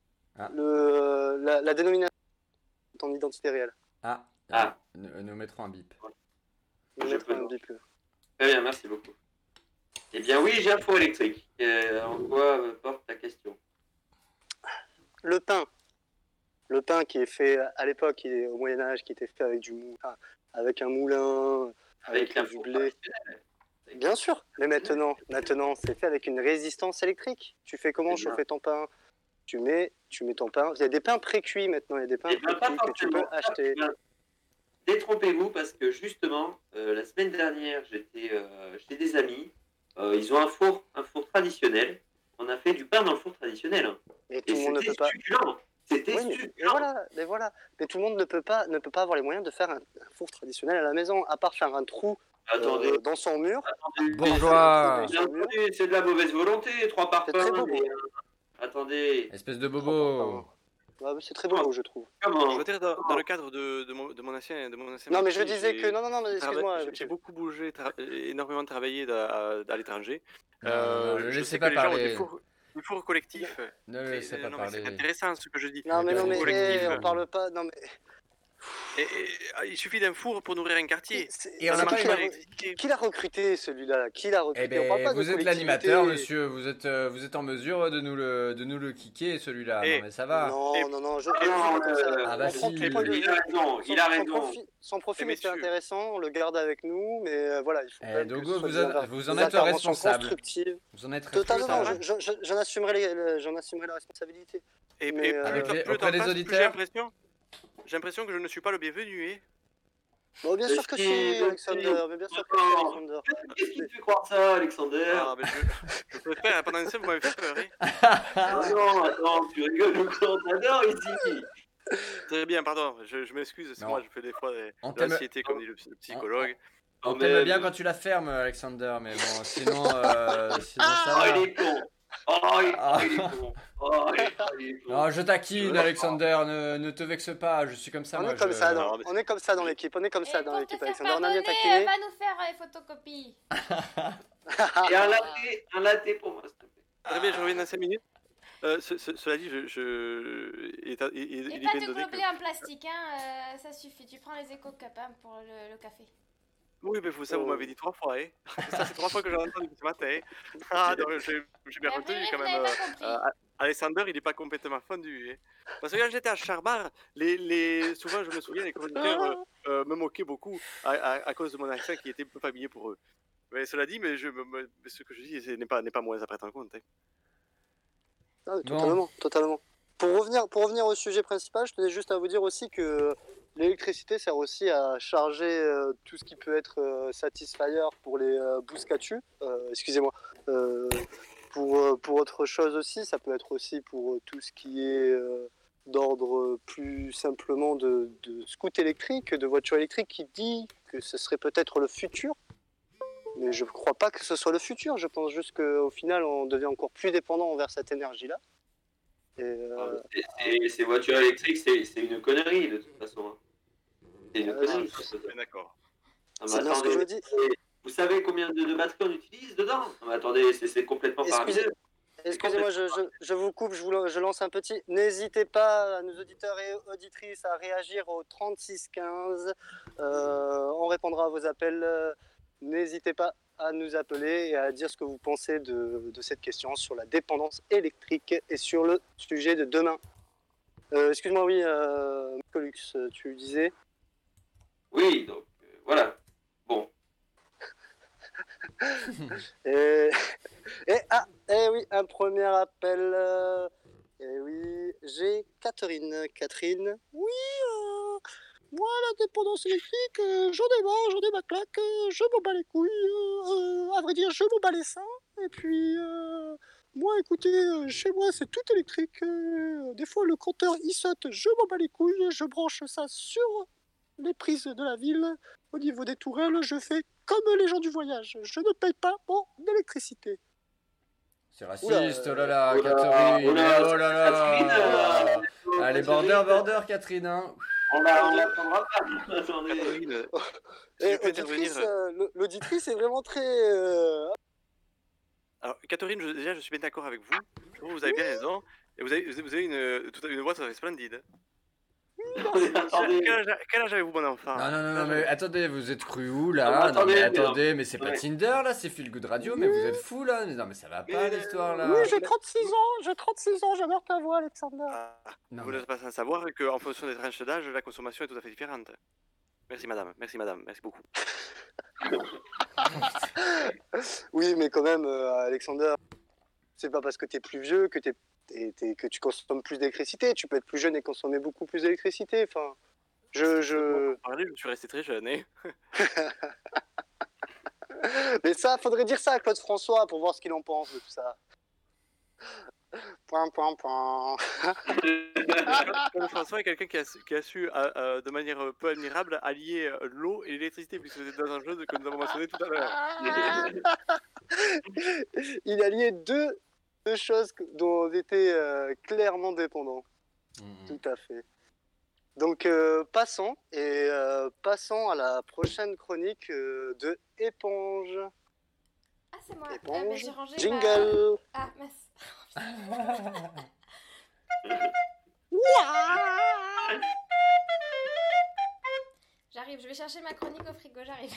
La dénomination de ton identité réelle. Nous mettrons un bip. Nous mettrons un bip. Très bien, merci beaucoup. Eh bien oui, j'ai un four électrique. En quoi porte ta question? Le pain qui est fait à l'époque, au Moyen-Âge, qui était fait avec un moulin, avec du blé. Bien sûr, mais maintenant, c'est fait avec une résistance électrique. Tu fais comment chauffer ton pain? Tu mets ton pain. Il y a des pains pré-cuits maintenant, il y a des pains pré-cuits que tu peux acheter. Détrompez-vous parce que justement, la semaine dernière, j'étais chez des amis. Ils ont un four traditionnel. On a fait du pain dans le four traditionnel. Et tout le monde ne peut pas. Succulent. C'était Oui, mais super. voilà. Mais tout le monde ne peut pas avoir les moyens de faire un four traditionnel à la maison, à part faire un trou Attendez. dans son mur. Bourgeois. Sur le mur. C'est de la mauvaise volonté, 3 par C'est pain. très beau. Mais, attendez. Espèce de 3 bobo. par pain. Ouais, c'est très beau, je trouve. Comment? Peut-être dans le cadre de mon ancien Non, mais je métier, disais que... Non, mais excuse-moi. j'ai beaucoup bougé, énormément travaillé à l'étranger. Non, ne Je laissez sais pas que les gens ont parler. des fours collectifs. Ne le laissez pas Non, mais c'est parler. intéressant ce que je dis. Non, mais collectif. on parle pas... Non, mais... Il suffit d'un four pour nourrir un quartier. Et on n'a pas Qui l'a recruté, celui-là? Qui l'a recruté? Eh On parle ben, pas de vous êtes collectivité. l'animateur, monsieur. Vous êtes en mesure de nous le kicker, celui-là. Non, mais ça va. Non, je Ah non, comme ça. Ah bah On prend si. tout le point de vue. Il a raison. Son profil Et était messieurs. intéressant, on le garde avec nous, mais voilà, il faut quand même que Dogo, ce soit vous en des êtes interventions responsable. constructives. Vous en êtes Totalement, responsable. j'en assumerai la responsabilité. Et Mais, auprès des auditeurs. J'ai l'impression que je ne suis pas le bienvenu. Bon, bien sûr que si, Alexander, mais bien sûr que si, Alexander. Qu'est-ce qui te fait croire ça, Alexander? Ah, mais je préfère, pendant une scène, vous m'avez fait peur. Non, attends, tu rigoles ou quoi? On t'adore ici. Très bien, pardon, je m'excuse, c'est Non. moi, je fais des fois On de t'aime- l'anxiété, comme dit le psychologue. On Non, t'aime mais- bien quand tu la fermes, Alexander, mais bon, sinon ça Oh, va. il est con. Oh, il est con. Oh, il est con. Non, je taquine, Alexander, ne te vexe pas, je suis comme ça, On moi. est comme ça, Non, mais- on est comme ça dans l'équipe, Et pour te faire Alexander. On a bien pardonner, taquiné. va nous faire les photocopies. Et un latte pour moi, s'il te plaît. Très bien, je reviens dans 5 minutes. Cela dit, il Et est pas bien de donné que... globules en plastique, hein, ça suffit. Tu prends les éco-cups hein, pour le café. Oui, mais ça, vous m'avez dit 3 fois. Ça, c'est 3 fois que j'en entends depuis ce matin. Ah, donc j'ai bien La retenu vraie quand vous même. n'avez pas compris. Alexander, il n'est pas complètement fondu. Parce que quand j'étais à Charbar, souvent, je me souviens, les chroniqueurs me moquaient beaucoup à cause de mon accent qui était un peu familier pour eux. Mais cela dit, mais ce que je dis n'est pas moins à prendre en compte. Ah, totalement. Pour revenir au sujet principal, je tenais juste à vous dire aussi que l'électricité sert aussi à charger tout ce qui peut être satisfier pour les bouscatu. Excusez-moi. Pour autre chose aussi, ça peut être aussi pour tout ce qui est d'ordre plus simplement de scoot électrique, de voiture électrique, qui dit que ce serait peut-être le futur. Mais je ne crois pas que ce soit le futur. Je pense juste qu'au final, on devient encore plus dépendant envers cette énergie-là. Et ces voitures électriques, c'est une connerie de toute façon. Hein. C'est une connerie. D'accord. Non, mais C'est bien ce que je me dis. vous savez combien de batteries on utilise dedans? Non, mais attendez, c'est complètement faramineux. Excusez-moi, je vous coupe, je lance un petit. N'hésitez pas, à nos auditeurs et auditrices, à réagir au 3615. On répondra à vos appels. N'hésitez pas à nous appeler et à dire ce que vous pensez de cette question sur la dépendance électrique et sur le sujet de demain. Excuse-moi, oui, Colux, tu disais. Oui, donc voilà. Bon. Et oui, un premier appel. Et oui, j'ai Catherine. Catherine, oui, moi, la dépendance électrique, j'en ai marre, j'en ai ma claque, je m'en bats les couilles. À vrai dire, je m'en bats les seins. Et puis, moi, écoutez, chez moi, c'est tout électrique. Des fois, le compteur, il saute, je m'en bats les couilles, je branche ça sur les prises de la ville. Au niveau des tourelles, je fais comme les gens du voyage. Je ne paye pas mon électricité. C'est raciste, oh là là, oh là, Catherine, oh là, oh là là. Catherine, Allez, Catherine. border, Catherine, hein. On l'apprendra pas. Attendez. Catherine, si Et je peux intervenir. l'auditrice est vraiment très... Alors, Catherine, déjà, je suis bien d'accord avec vous. Je trouve que vous avez bien raison. Et vous avez une voix très splendide. Attendez. Quel âge avez-vous, mon enfant? Non, mais attendez, vous êtes cru où là? Non, mais attendez, mais c'est pas ouais. Tinder là, c'est Feel Good Radio, mais vous êtes fou là? Non, mais ça va pas l'histoire là. Oui, j'ai 36 ans, j'adore ta voix, Alexander. Non, Vous mais- n'êtes pas sans savoir qu'en fonction des tranches d'âge, la consommation est tout à fait différente. Merci madame, merci beaucoup. Oui, mais quand même, Alexander, c'est pas parce que t'es plus vieux que que tu consommes plus d'électricité. Tu peux être plus jeune et consommer beaucoup plus d'électricité. Enfin, Pour parler, je suis resté très jeune. Mais ça, faudrait dire ça à Claude François pour voir ce qu'il en pense de tout ça. Point, point, point. Comme François est quelqu'un qui a su, de manière peu admirable, allier l'eau et l'électricité, puisque c'est dans un jeu que nous avons mentionné tout à l'heure. Il a lié deux choses dont on était clairement dépendants. Tout à fait. Donc passons à la prochaine chronique de Éponge. Ah, c'est moi. Éponge, Mais j'ai rangé jingle. Ah, mince. J'arrive, je vais chercher ma chronique au frigo, j'arrive.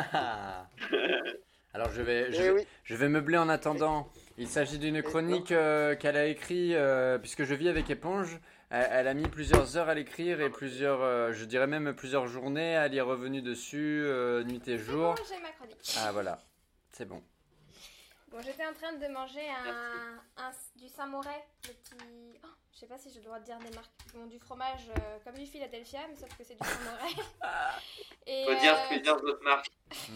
Alors je oui. vais meubler en attendant. Il s'agit d'une chronique qu'elle a écrite, puisque je vis avec Éponge. Elle a mis plusieurs heures à l'écrire et plusieurs, je dirais même plusieurs journées. Elle y est revenue dessus, nuit et jour. C'est bon, j'ai ma chronique. Ah voilà, c'est bon. Bon, j'étais en train de manger du Saint-Moret, le petit... Oh, je sais pas si je dois dire des marques. Bon, du fromage comme du Philadelphia, mais sauf que c'est du Saint-Moret. Et, Faut dire plusieurs autres marques.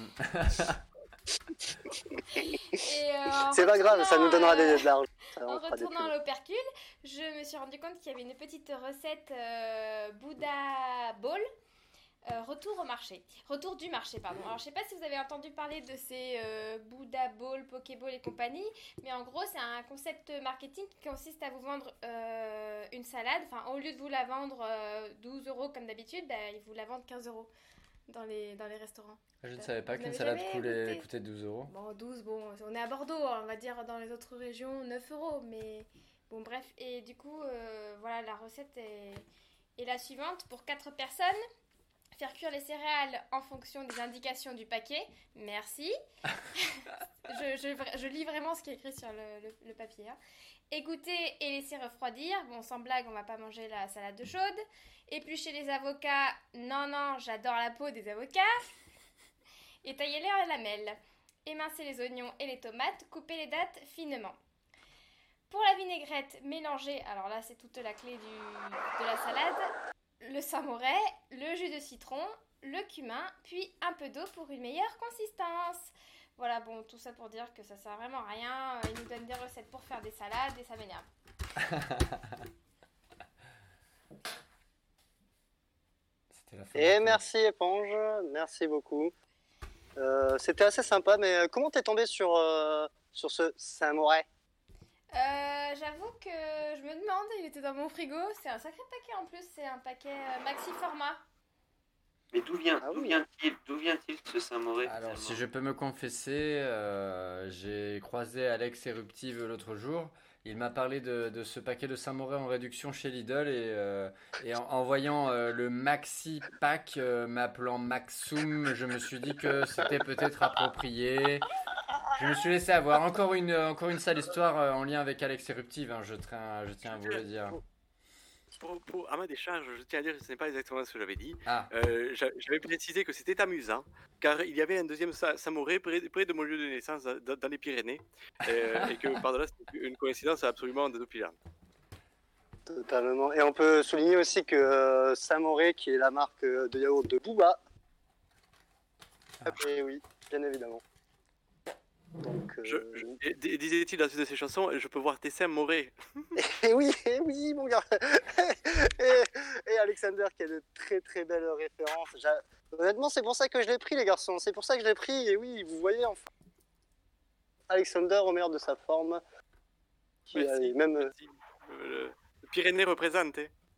C'est pas grave, ça nous donnera de l'argent. En retournant à l'opercule, je me suis rendu compte qu'il y avait une petite recette Bouddha Bowl. Retour du marché, pardon. Alors je sais pas si vous avez entendu parler de ces Bouddha Bowl, Pokéball et compagnie, mais en gros c'est un concept marketing qui consiste à vous vendre une salade, enfin au lieu de vous la vendre 12 € comme d'habitude, ils vous la vendent 15 € dans les restaurants. Je ne savais pas Vous qu'une n'avez salade jamais coûtait 12 €. Bon, 12, bon, on est à Bordeaux, on va dire dans les autres régions 9 €, mais bon bref, et du coup voilà, la recette est la suivante pour 4 personnes. Faire cuire les céréales en fonction des indications du paquet. Merci. je lis vraiment ce qui est écrit sur le papier. Hein. Égoutter et laisser refroidir. Bon, sans blague, on va pas manger la salade de chaude. Éplucher les avocats. Non, j'adore la peau des avocats. Et tailler-les en lamelles. Émincer les oignons et les tomates. Couper les dattes finement. Pour la vinaigrette, mélanger. Alors là, c'est toute la clé de la salade. Le Saint-Moret, le jus de citron, le cumin, puis un peu d'eau pour une meilleure consistance. Voilà, bon, tout ça pour dire que ça sert vraiment à rien. Ils nous donnent des recettes pour faire des salades et ça m'énerve. Et merci Éponge, merci beaucoup. C'était assez sympa, mais comment t'es tombé sur ce Saint-Moret? J'avoue que je me demande, il était dans mon frigo, c'est un sacré paquet en plus, c'est un paquet maxi format. Mais d'où vient-il ce Saint-Moret? Alors si je peux me confesser, j'ai croisé Alex Éruptive l'autre jour. Il m'a parlé de ce paquet de Saint-Moret en réduction chez Lidl et en voyant le maxi pack m'appelant Maxoum, je me suis dit que c'était peut-être approprié. Je me suis laissé avoir. Encore une sale histoire en lien avec Alex Éruptive, hein, je tiens à vous le dire. À ma décharge, je tiens à dire que ce n'est pas exactement ce que j'avais dit. Ah. J'avais précisé que c'était amusant, car il y avait un deuxième Saint-Moret près de mon lieu de naissance, dans les Pyrénées, et que par-delà, c'était une coïncidence absolument désopilant. Totalement. Et on peut souligner aussi que Saint-Moret, qui est la marque de yaourt de Booba. Et oui, bien évidemment. Donc, disait-il dans une de ses chansons, je peux voir tes seins Moret. Et oui, mon gars. et Alexander qui a de très très belles références. Honnêtement, c'est pour ça que je l'ai pris, les garçons. C'est pour ça que je l'ai pris. Et oui, vous voyez enfin Alexander au meilleur de sa forme. Merci. Merci. Le Pyrénées représente.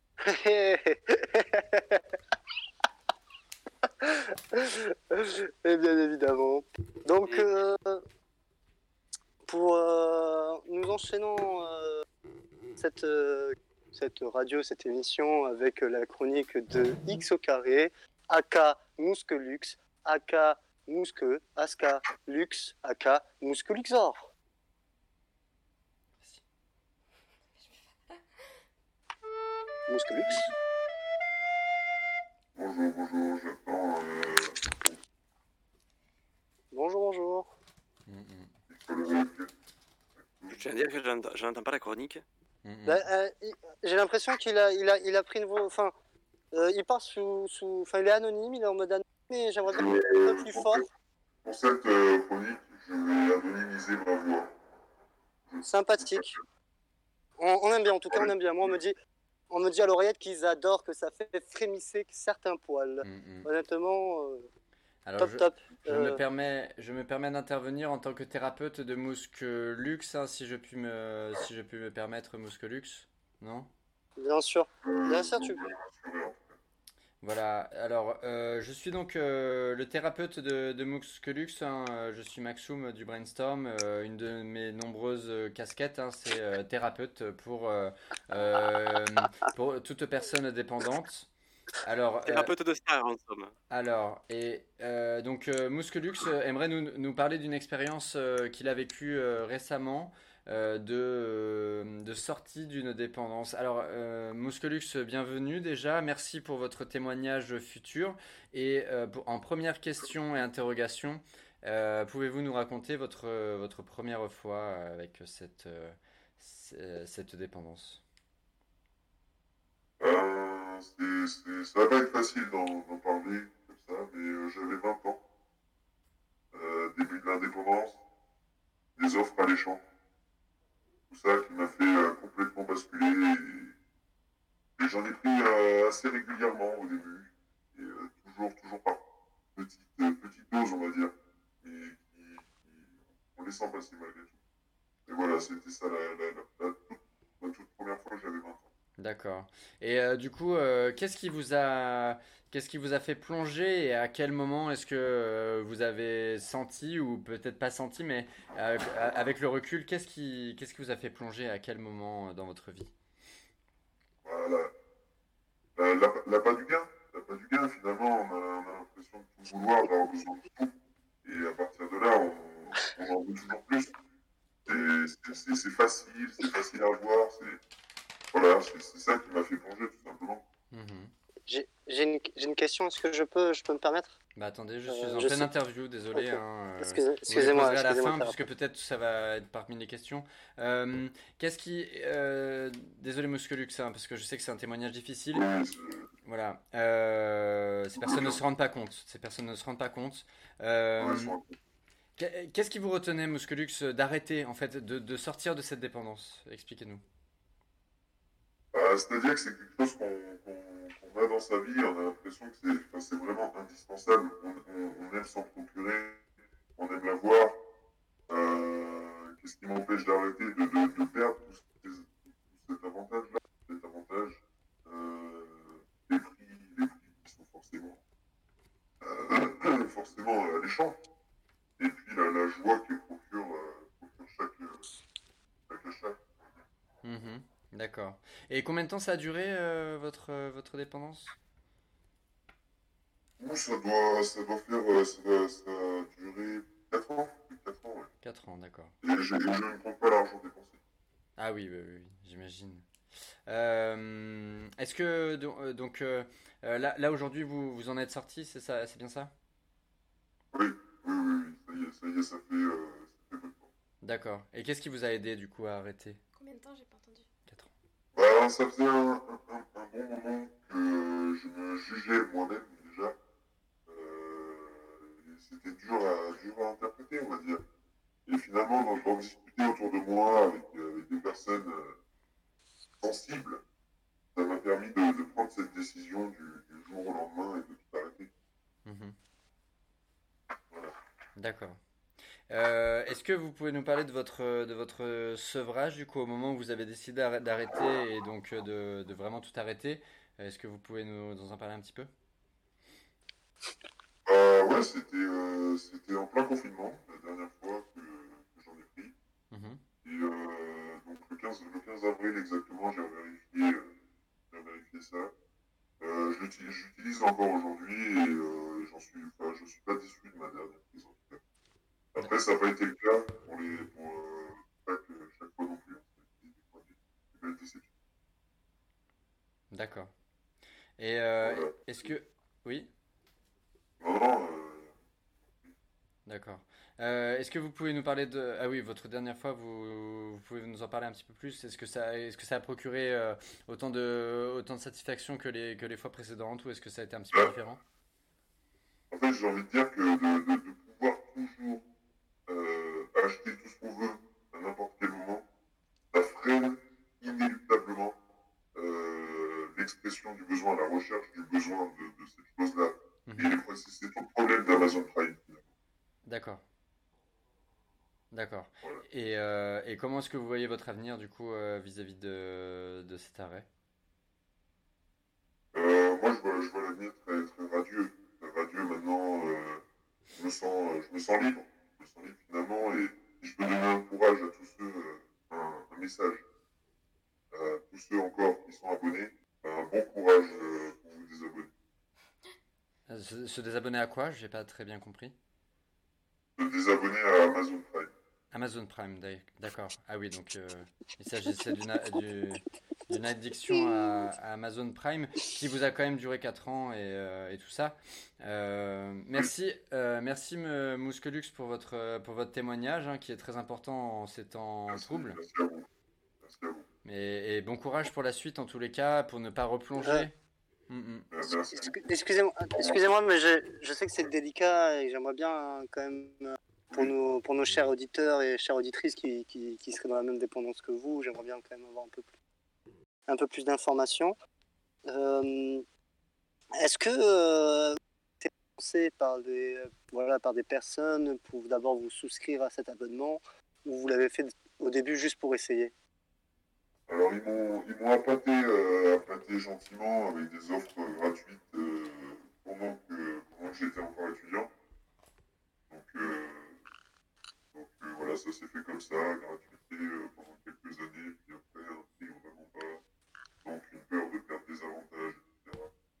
Et bien évidemment. Donc, nous enchaînons cette radio, cette émission avec la chronique de X au carré, aka Mouskelux, aka Mousque, Aska Lux, aka Mouskeluxor. Mouskelux. Bonjour, j'attends. Bonjour. Je tiens à dire que je n'entends pas la chronique. J'ai l'impression qu'il a pris une voix. Enfin, il part enfin, il est anonyme, il est en mode anonyme, mais j'aimerais bien un peu plus fort. Pour cette chronique, je vais anonymiser ma voix. Sympathique. On aime bien, en tout cas, on aime bien. Moi, on me dit à l'oreillette qu'ils adorent, que ça fait frémisser certains poils. Honnêtement, Alors, top, top. je me permets d'intervenir en tant que thérapeute de Musculux, hein, si je puis me permettre, Musculux, non? Bien sûr. Bien sûr, Donc, tu... rassuré, en fait. Voilà, alors je suis donc le thérapeute de Musculux, hein, je suis Maxoum du Brainstorm, une de mes nombreuses casquettes, hein, c'est thérapeute euh, pour toute personne dépendante. Alors, Thérapeute de star, en somme. donc Musculux aimerait nous parler d'une expérience qu'il a vécue récemment de sortie d'une dépendance. Alors, Musculux, bienvenue déjà. Merci pour votre témoignage futur. Et en première question et interrogation, pouvez-vous nous raconter votre première fois avec cette dépendance? Ça va pas être facile d'en parler comme ça, mais j'avais 20 ans, début de l'indépendance, des offres alléchantes, tout ça qui m'a fait complètement basculer. Et j'en ai pris assez régulièrement au début, et toujours par petite dose, on va dire, on les sent passer malgré tout. Et voilà, c'était ça ma toute première fois que j'avais 20 ans. D'accord. Et du coup, qu'est-ce qui vous a fait plonger et à quel moment est-ce que vous avez senti ou peut-être pas senti, mais avec le recul, qu'est-ce qui vous a fait plonger à quel moment dans votre vie? Voilà, pas du gain. Pas du gain, finalement, on a l'impression de tout vouloir, d'avoir besoin de tout. Et à partir de là, on en veut toujours plus. C'est facile à voir. Voilà, c'est ça qui m'a fait plonger, tout simplement. Mhm. J'ai une question, est-ce que je peux me permettre? Bah attendez, je suis en Je pleine sais. interview, désolé, Ok. hein, vous les Excusez-moi, poserez à la fin, thérapeute. puisque peut-être ça va être parmi les questions. Qu'est-ce qui... désolé Musculux, hein, parce que je sais que c'est un témoignage difficile. Oui, Voilà. Ces personnes ne se rendent pas compte. Ces personnes ne se rendent pas compte. ouais, Euh, qu'est-ce qui vous retenait, Musculux, d'arrêter, en fait, de sortir de cette dépendance? Expliquez-nous. c'est-à-dire que c'est quelque chose qu'on a dans sa vie, on a l'impression que c'est vraiment indispensable. On aime s'en procurer, on aime l'avoir. Qu'est-ce qui m'empêche d'arrêter, de perdre tout cet avantage-là, cet avantage, les prix qui sont forcément alléchants. Et puis la joie que procure chaque achat. Mhm. D'accord. Et combien de temps ça a duré, votre dépendance? Nous, ça a duré 4 ans, plus de 4 ans, ouais. 4 ans, d'accord. Et je ne compte pas l'argent dépensé. Ah oui, oui, oui, oui, j'imagine. Est-ce que donc là aujourd'hui vous en êtes sorti, c'est ça, c'est bien ça? Oui, ça y est, ça fait peu de temps. D'accord. Et qu'est-ce qui vous a aidé du coup à arrêter? Combien de temps? J'ai pas entendu. 4 ans. Ça faisait un bon moment que je me jugeais moi-même déjà. C'était dur à interpréter, on va dire. Et finalement, d'en discuter autour de moi avec des personnes sensibles, ça m'a permis de prendre cette décision du jour au lendemain et de tout arrêter. Mhm. Voilà. D'accord. Est-ce que vous pouvez nous parler de votre sevrage du coup au moment où vous avez décidé d'arrêter et donc de vraiment tout arrêter? Est-ce que vous pouvez nous en parler un petit peu? Ouais, c'était en plein confinement, la dernière fois que j'en ai pris. Mhm. Et donc le 15 avril exactement, j'ai vérifié ça. J'utilise encore aujourd'hui et je suis pas déçu de ma dernière prise en tout cas. Après, ça n'a pas été le cas pour chaque fois non plus. Des belles déceptions. D'accord. Et Voilà. est-ce que... Oui, Non, non, d'accord. Est-ce que vous pouvez nous parler de... Ah oui, votre dernière fois, vous pouvez nous en parler un petit peu plus? Est-ce que ça a procuré autant de satisfaction que les fois précédentes ou est-ce que ça a été un petit peu différent? en fait, j'ai envie de dire que de pouvoir toujours acheter tout ce qu'on veut à n'importe quel moment, ça freine du besoin, la recherche du besoin de cette chose-là. Mhm. C'est tout le problème d'Amazon Prime. D'accord, d'accord. Voilà. Et comment est-ce que vous voyez votre avenir du coup vis-à-vis de cet arrêt? Moi, je vois l'avenir très, très radieux. Très radieux maintenant. Je me sens libre. Je me sens libre finalement. Et je peux donner un courage à tous ceux, un message à tous ceux encore qui sont abonnés. Un bon courage pour vous désabonner. Se désabonner à quoi? J'ai pas très bien compris. De désabonner à Amazon Prime. Amazon Prime, d'accord. Ah oui, donc il s'agissait d'une addiction à Amazon Prime qui vous a quand même duré 4 ans et tout ça. Merci Mousquelux pour votre témoignage hein, qui est très important en ces temps troubles. Merci à vous. Merci à vous. Et bon courage pour la suite en tous les cas, pour ne pas replonger. Merci. Excusez-moi, mais je sais que c'est délicat et j'aimerais bien quand même pour nos chers auditeurs et chères auditrices qui seraient dans la même dépendance que vous, j'aimerais bien quand même avoir un peu plus d'informations. Est-ce que c'est pensé par des personnes pour d'abord vous souscrire à cet abonnement ou vous l'avez fait au début juste pour essayer? Alors, ils m'ont appâté gentiment avec des offres gratuites pendant que j'étais encore étudiant. Donc voilà, ça s'est fait comme ça, gratuité pendant quelques années, puis après, un prix vraiment pas. Donc, une peur de perdre des avantages, etc.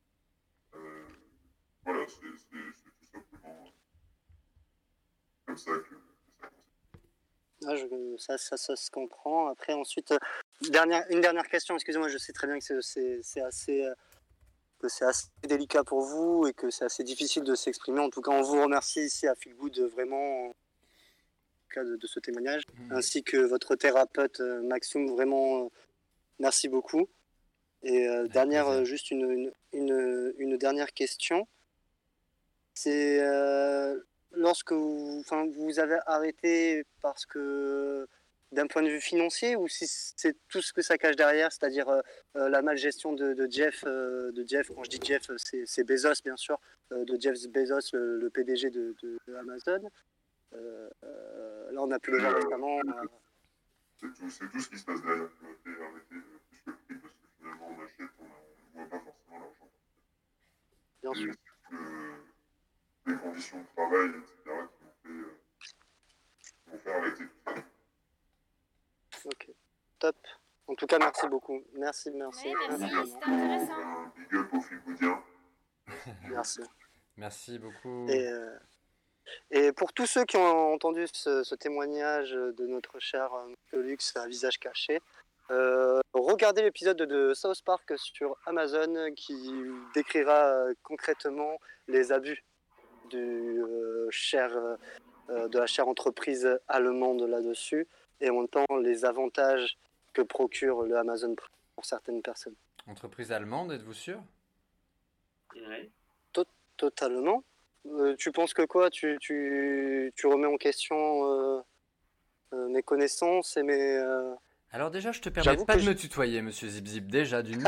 Voilà, c'est tout simplement comme ça que ça fonctionne. Ça se comprend. Après, ensuite, une dernière question. Excusez-moi, je sais très bien que c'est assez délicat pour vous et que c'est assez difficile de s'exprimer. En tout cas, on vous remercie ici à Feel Good vraiment de ce témoignage, ainsi que votre thérapeute Maxime. Vraiment, merci beaucoup. Et juste une dernière question. C'est lorsque vous avez arrêté parce que d'un point de vue financier ou si c'est tout ce que ça cache derrière, c'est-à-dire la malgestion de Jeff, quand je dis Jeff, c'est Bezos bien sûr, de Jeff Bezos, le PDG de Amazon. Là, on a pu le voir récemment. C'est tout ce qui se passe derrière qui m'a fait arrêter plus que le prix, parce que finalement on achète, on ne voit pas forcément l'argent. Bien sûr. C'est les conditions de travail, etc., qui m'ont fait arrêter tout ça. Ok, top. En tout cas, merci beaucoup. Merci. Ouais, merci, c'était intéressant. Un big up au Filgoudien. Merci. Merci beaucoup. Et pour tous ceux qui ont entendu ce témoignage de notre cher Lux à visage caché, regardez l'épisode de South Park sur Amazon qui décrira concrètement les abus de la chère entreprise allemande là-dessus et en même temps les avantages que procure le Amazon Prime pour certaines personnes. Entreprise allemande, êtes-vous sûr? Ouais. Totalement. Tu penses que quoi? Tu remets en question mes connaissances et mes... Alors déjà, je te permets pas de me tutoyer, monsieur Zip, déjà d'une.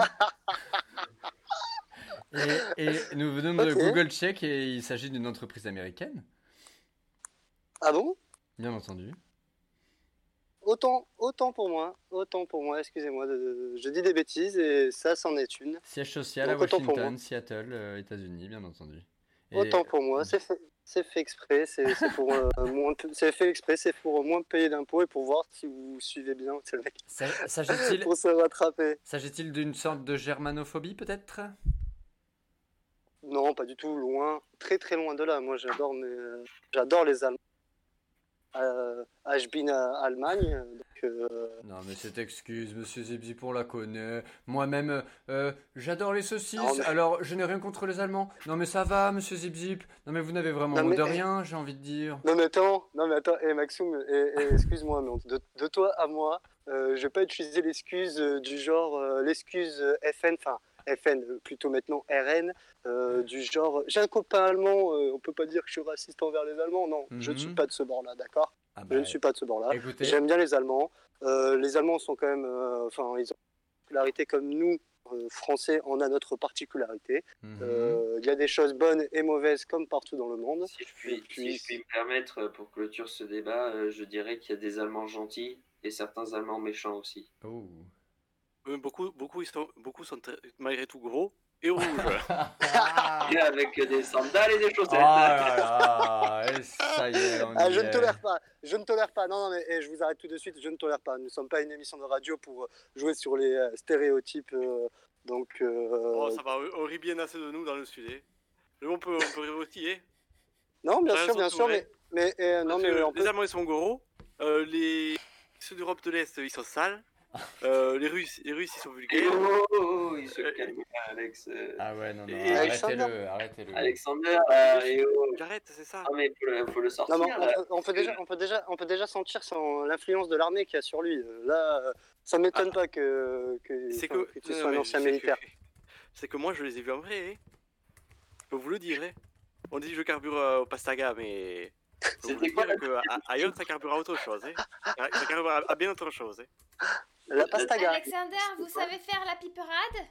et nous venons de Google Check et il s'agit d'une entreprise américaine. Ah bon? Bien entendu. Autant pour moi, excusez-moi, je dis des bêtises et ça, c'en est une. Siège social à Washington, Seattle, États-Unis, bien entendu. Autant pour moi, c'est fait exprès, c'est pour moins payer d'impôts et pour voir si vous suivez bien, c'est le mec. Pour se rattraper. S'agit-il d'une sorte de germanophobie peut-être? Non, pas du tout, loin, très très loin de là. Moi, j'adore les Allemands. Ich bin Allemagne. Non, mais cette excuse, monsieur Zip, on la connaît. Moi-même, j'adore les saucisses. Alors, je n'ai rien contre les Allemands. Non, mais ça va, monsieur Zip. Non, mais vous n'avez vraiment honte de rien, j'ai envie de dire. Non, mais attends, Maxime, excuse-moi, mais de toi à moi, je vais pas utiliser l'excuse du genre, l'excuse FN, enfin FN, plutôt maintenant RN, du genre, j'ai un copain allemand, on peut pas dire que je suis raciste envers les Allemands, non, je ne suis pas de ce bord-là, d'accord? Je ne suis pas de ce bord-là. J'aime bien les Allemands. Les Allemands sont quand même, ils ont une popularité comme nous français en a notre particularité. Mhm. Il y a des choses bonnes et mauvaises comme partout dans le monde. Si je puis me permettre, pour clôturer ce débat, je dirais qu'il y a des Allemands gentils et certains Allemands méchants aussi. Oh. Beaucoup sont malgré tout gros et rouges. Ah. Et avec des sandales et des Oh chaussettes. là là, et ça y est, on y Je ne est. tolère pas, non, mais je vous arrête tout de suite, je ne tolère pas. Nous ne sommes pas une émission de radio pour jouer sur les stéréotypes. Donc, Oh, ça va, on rit bien assez de nous dans le sud. Mais on peut rire aussi, hein. non, bien sûr, vrai. mais non, mais on Les peut... Allemands ils sont gros, ceux d'Europe de l'Est ils sont sales, les Russes ils sont Et vulgaires. il se calme, Alex. Ah ouais, non, Et Alexander. arrêtez-le. Alexander, et J'arrête, c'est ça. Ah, mais faut le sortir. Non, mais là. on peut déjà sentir l'influence de l'armée qu'il y a sur lui. Là, ça m'étonne pas que tu sois un ancien militaire. C'est que moi je les ai vus en vrai, hein. Je peux vous le dire, hein. On dit que je carbure au pastaga, mais faut vous C'était quoi dire que ailleurs ça carbure à autre chose, hein. Ça carbure à bien autre chose, hein. La pastaga. Alexander, vous savez faire la piperade?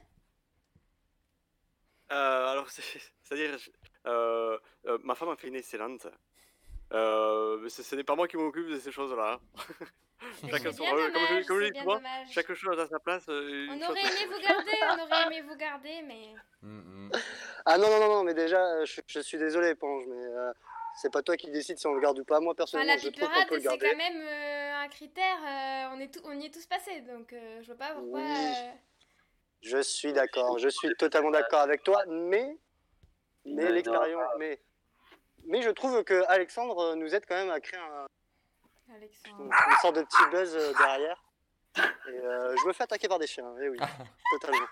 Alors, c'est-à-dire, ma femme a fait une excellente. Mais ce n'est pas moi qui m'occupe de ces choses-là. Chacun C'est son bien rôle. dommage, Comme je c'est dis bien souvent, dommage. chaque chose a sa place. On aurait aimé vous garder, mais... Ah non, mais déjà, je suis désolé, Pange, mais c'est pas toi qui décide si on le garde ou pas. Moi, Enfin, personnellement, la je trouve qu'on piperade, peut le c'est garder. quand même un critère, on y est tous passés, donc je vois pas pourquoi... Oui. Je suis d'accord, je suis totalement d'accord avec toi, mais l'expérience, mais je trouve que Alexandre nous aide quand même à créer Alexandre. une sorte de petit buzz derrière. Et je me fais attaquer par des chiens, et oui, totalement.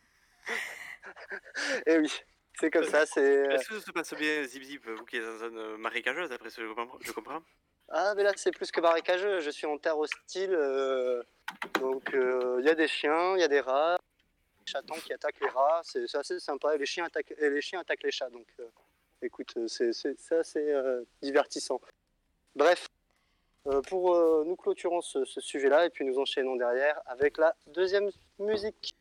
Et oui, c'est comme ça, c'est... Est-ce que ça se passe bien, Zip Zip, vous qui êtes dans une zone marécageuse, après ce que je comprends? Ah, mais là, c'est plus que marécageux, je suis en terre hostile, donc il y a des chiens, il y a des rats, des chatons qui attaquent les rats, c'est assez sympa, et les chiens attaquent les chats, donc écoute, c'est assez divertissant. Bref, nous clôturons ce sujet-là, et puis nous enchaînons derrière avec la deuxième musique.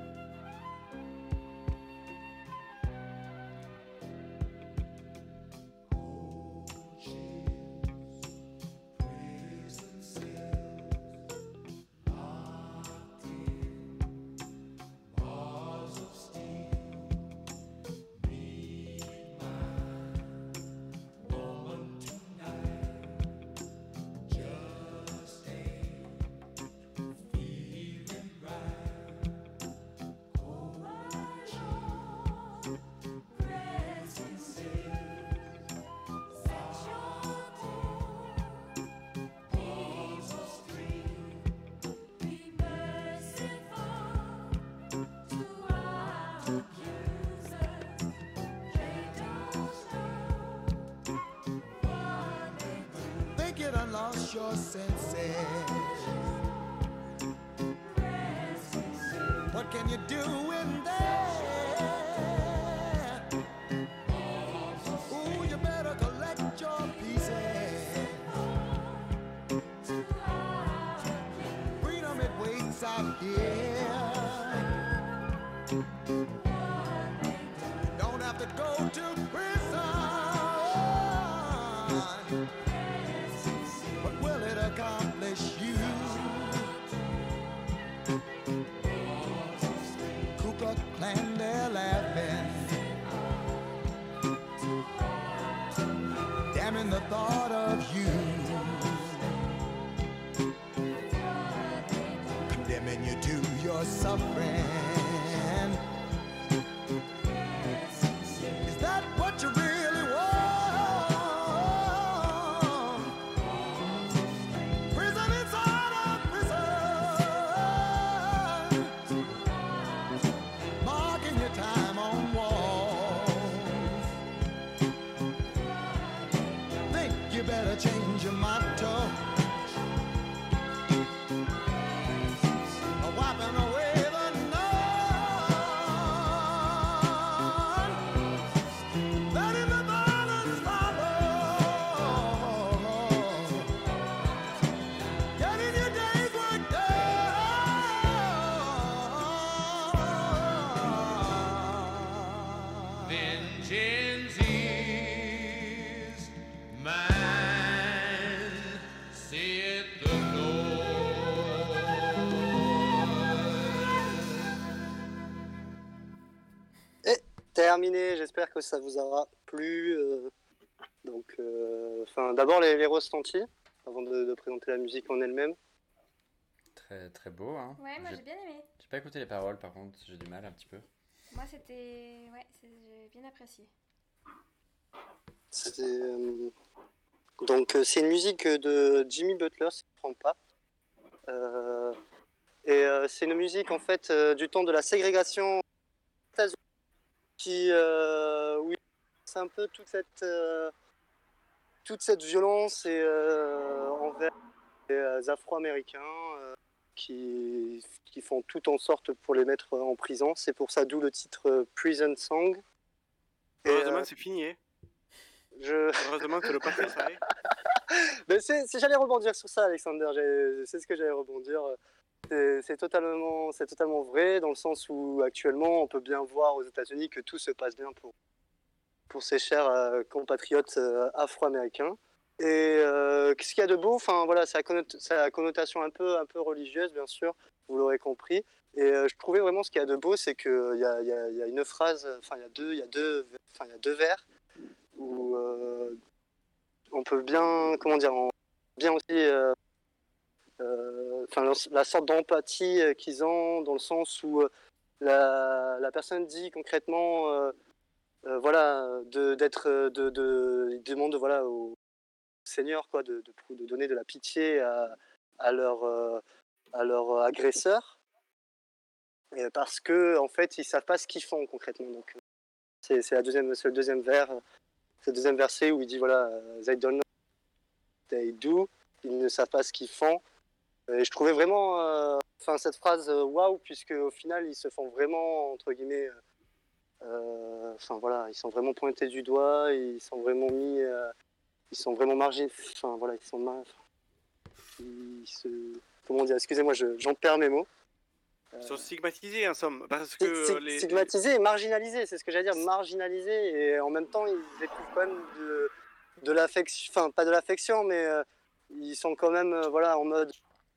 You done lost your senses. What can you do in there? Ooh, you better collect your pieces. Freedom, it waits out here. Don't have to go to prison. Accomplish you. Ku Klux Klan, they're laughing, damning the thought of you, condemning you to your suffering. Is that what you really want? Change your motto, wiping away the noise. terminé. J'espère que ça vous aura plu. Donc, d'abord les ressentis avant de présenter la musique en elle-même. Très, très beau, hein. Ouais, moi j'ai bien aimé. J'ai pas écouté les paroles, par contre, j'ai du mal un petit peu. Moi c'était. Ouais, j'ai bien apprécié. Donc, c'est une musique de Jimmy Butler, si je ne me trompe pas. C'est une musique en fait du temps de la ségrégation aux États-Unis qui, oui, c'est un peu toute cette violence envers les Afro-Américains qui font tout en sorte pour les mettre en prison. C'est pour ça d'où le titre Prison Song. Heureusement, c'est fini. Hein. Heureusement que le passé s'arrête. Mais j'allais rebondir sur ça, Alexander. C'est ce que j'allais rebondir. C'est totalement vrai, dans le sens où actuellement, on peut bien voir aux États-Unis que tout se passe bien pour ces chers compatriotes afro-américains. Et ce qu'il y a de beau, voilà, ça a la connotation un peu religieuse, bien sûr, vous l'aurez compris. Et je trouvais vraiment ce qu'il y a de beau, c'est qu'il y a une phrase, il y a deux vers où on peut bien, bien aussi, la sorte d'empathie qu'ils ont, dans le sens où la personne dit concrètement, voilà, il demande voilà au Seigneur quoi de donner de la pitié à leur agresseur, parce que en fait ils savent pas ce qu'ils font concrètement. Donc c'est le deuxième vers. C'est le deuxième verset où il dit voilà, they don't know what they do, ils ne savent pas ce qu'ils font. Et je trouvais vraiment cette phrase waouh, puisque au final ils se font vraiment entre guillemets, voilà, ils sont vraiment pointés du doigt, ils sont vraiment mis, ils sont vraiment marginés, voilà, comment dire, excusez-moi, j'en perds mes mots. Ils sont stigmatisés en somme, parce que stigmatisés et marginalisés, c'est ce que j'allais dire, marginalisés, et en même temps ils éprouvent quand même de l'affection, pas de l'affection, mais ils sont quand même voilà, en mode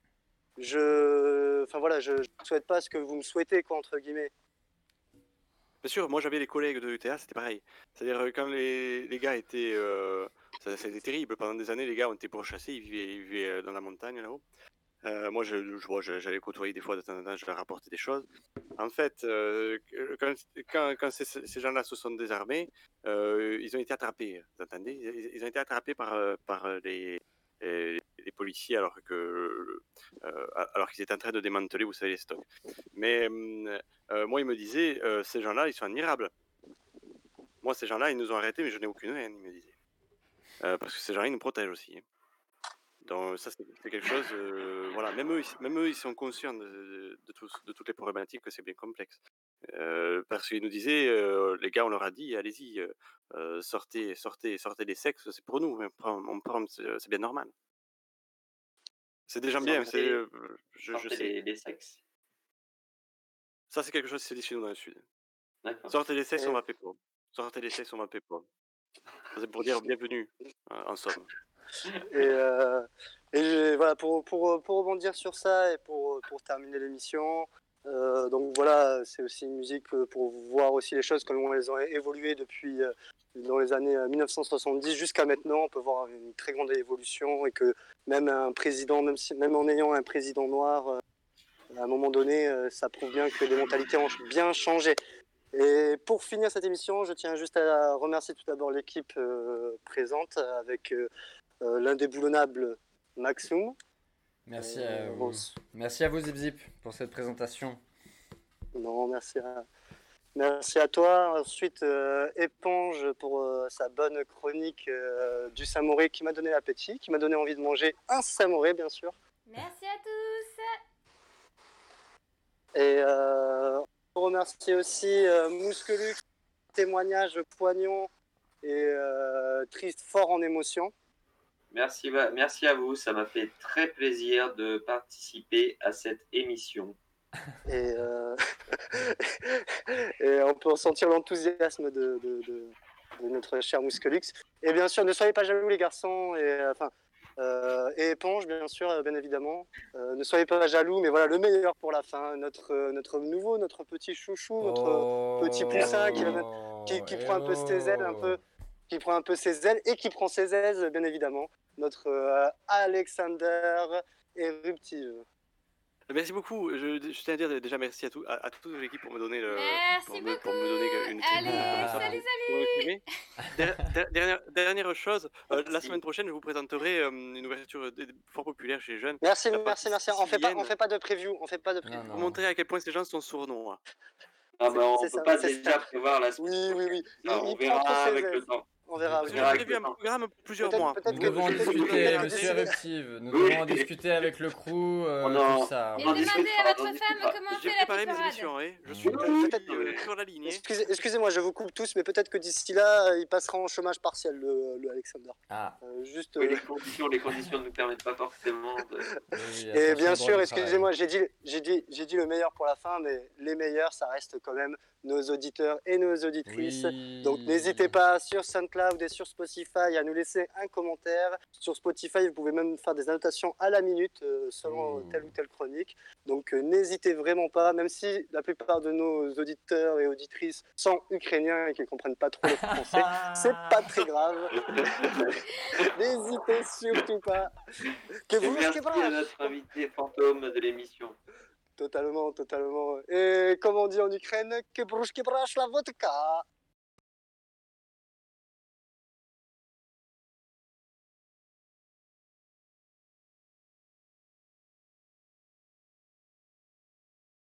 je souhaite pas ce que vous me souhaitez quoi, entre guillemets. Bien sûr, moi j'avais les collègues de l'UTA, c'était pareil. C'est-à-dire quand les gars étaient, c'était terrible. Pendant des années, les gars ont été pourchassés, ils vivaient dans la montagne là-haut. Moi, j'allais côtoyer des fois de temps en temps, je leur rapportais des choses. En fait, quand ces gens-là se sont désarmés, ils ont été attrapés. Vous entendez ? Ils ont été attrapés par les policiers alors qu'ils étaient en train de démanteler, vous savez, les stocks. Mais moi, ils me disaient, ces gens-là, ils sont admirables. Moi, ces gens-là, ils nous ont arrêtés, mais je n'ai aucune haine, ils me disaient. Parce que ces gens-là, ils nous protègent aussi. Hein. Donc ça, c'est quelque chose, voilà, même eux, ils sont conscients de toutes les problématiques, que c'est bien complexe. Parce qu'ils nous disaient, les gars, on leur a dit, allez-y, sortez les sexes, c'est pour nous, c'est bien normal. C'est des gens bien, je sais. Les sexes. Ça, c'est quelque chose qui s'est dit chez nous dans le Sud. D'accord. Sortez les sexes, on va pépo. Sortez les sexes, on va pépo. C'est pour dire bienvenue, en somme. Et voilà, pour rebondir sur ça et pour terminer l'émission, donc voilà, c'est aussi une musique pour voir aussi les choses comment elles ont évolué depuis dans les années 1970 jusqu'à maintenant. On peut voir une très grande évolution, et que même un président, même en ayant un président noir, à un moment donné, ça prouve bien que les mentalités ont bien changé. Et pour finir cette émission, je tiens juste à remercier tout d'abord l'équipe présente, avec l'indéboulonnable Maxoum. Merci à vous. Merci à vous, Zip Zip, pour cette présentation. Non, merci à toi. Ensuite, Éponge pour sa bonne chronique du samouré qui m'a donné l'appétit, qui m'a donné envie de manger un samouré, bien sûr. Merci à tous. Et on remercie aussi Mousquelux, témoignage poignant et triste, fort en émotion. Merci à vous, ça m'a fait très plaisir de participer à cette émission. Et on peut ressentir l'enthousiasme de notre cher Mousquelux. Et bien sûr, ne soyez pas jaloux les garçons, et Éponge, bien sûr, bien évidemment. Ne soyez pas jaloux, mais voilà, le meilleur pour la fin. Notre petit chouchou, notre petit poussin qui prend un peu ses ailes, qui prend un peu ses ailes et qui prend ses aises, bien évidemment. Notre Alexander Éruptive. Merci beaucoup. Je tiens à dire déjà merci à toute l'équipe pour me donner Merci beaucoup. pour me donner une petite Allez, ça salut, pour m'exprimer. Dernière chose, la semaine prochaine, je vous présenterai une ouverture fort populaire chez les jeunes. Merci. La partie On fait sicilienne. pas de preview. Pour vous montrer à quel point ces gens sont sournois. Ah bah on C'est peut ça, pas c'est déjà ça. prévoir la semaine Oui. prochaine. Il On prend trop verra ses avec aises. le temps. On verra. Parce que verra j'ai avec prévu le un temps. programme plusieurs Peut-être- mois. peut-être Nous que- devons en peut-être que- discuter, peut-être que monsieur d'ici là- Éruptive. Nous Oui. devons en discuter avec le crew, On en- tout ça. Et on en demandez discutera, à votre on en femme discutera. comment J'ai on fait la préparé mes piperade. émissions, hein. Je Oui. suis Peut-être- sur la ligne. Excusez-moi, je vous coupe tous, mais peut-être que d'ici là, il passera en chômage partiel, le Alexander. Ah, Juste. Oui, les conditions ne nous permettent pas forcément de... oui, Et attention bien au droit sûr, du excusez-moi, j'ai dit le meilleur pour la fin, mais les meilleurs, ça reste quand même nos auditeurs et nos auditrices. travail. Donc n'hésitez pas sur SoundCloud et sur Spotify à nous laisser un commentaire. Sur Spotify, vous pouvez même faire des annotations à la minute selon telle ou telle chronique. Donc n'hésitez vraiment pas, même si la plupart de nos auditeurs et auditrices sont ukrainiens et qu'ils ne comprennent pas trop le français, c'est pas très grave. N'hésitez surtout pas. Que Et vous merci risquez à pas. notre invité fantôme de l'émission. Totalement. Et comme on dit en Ukraine, que brûche la vodka.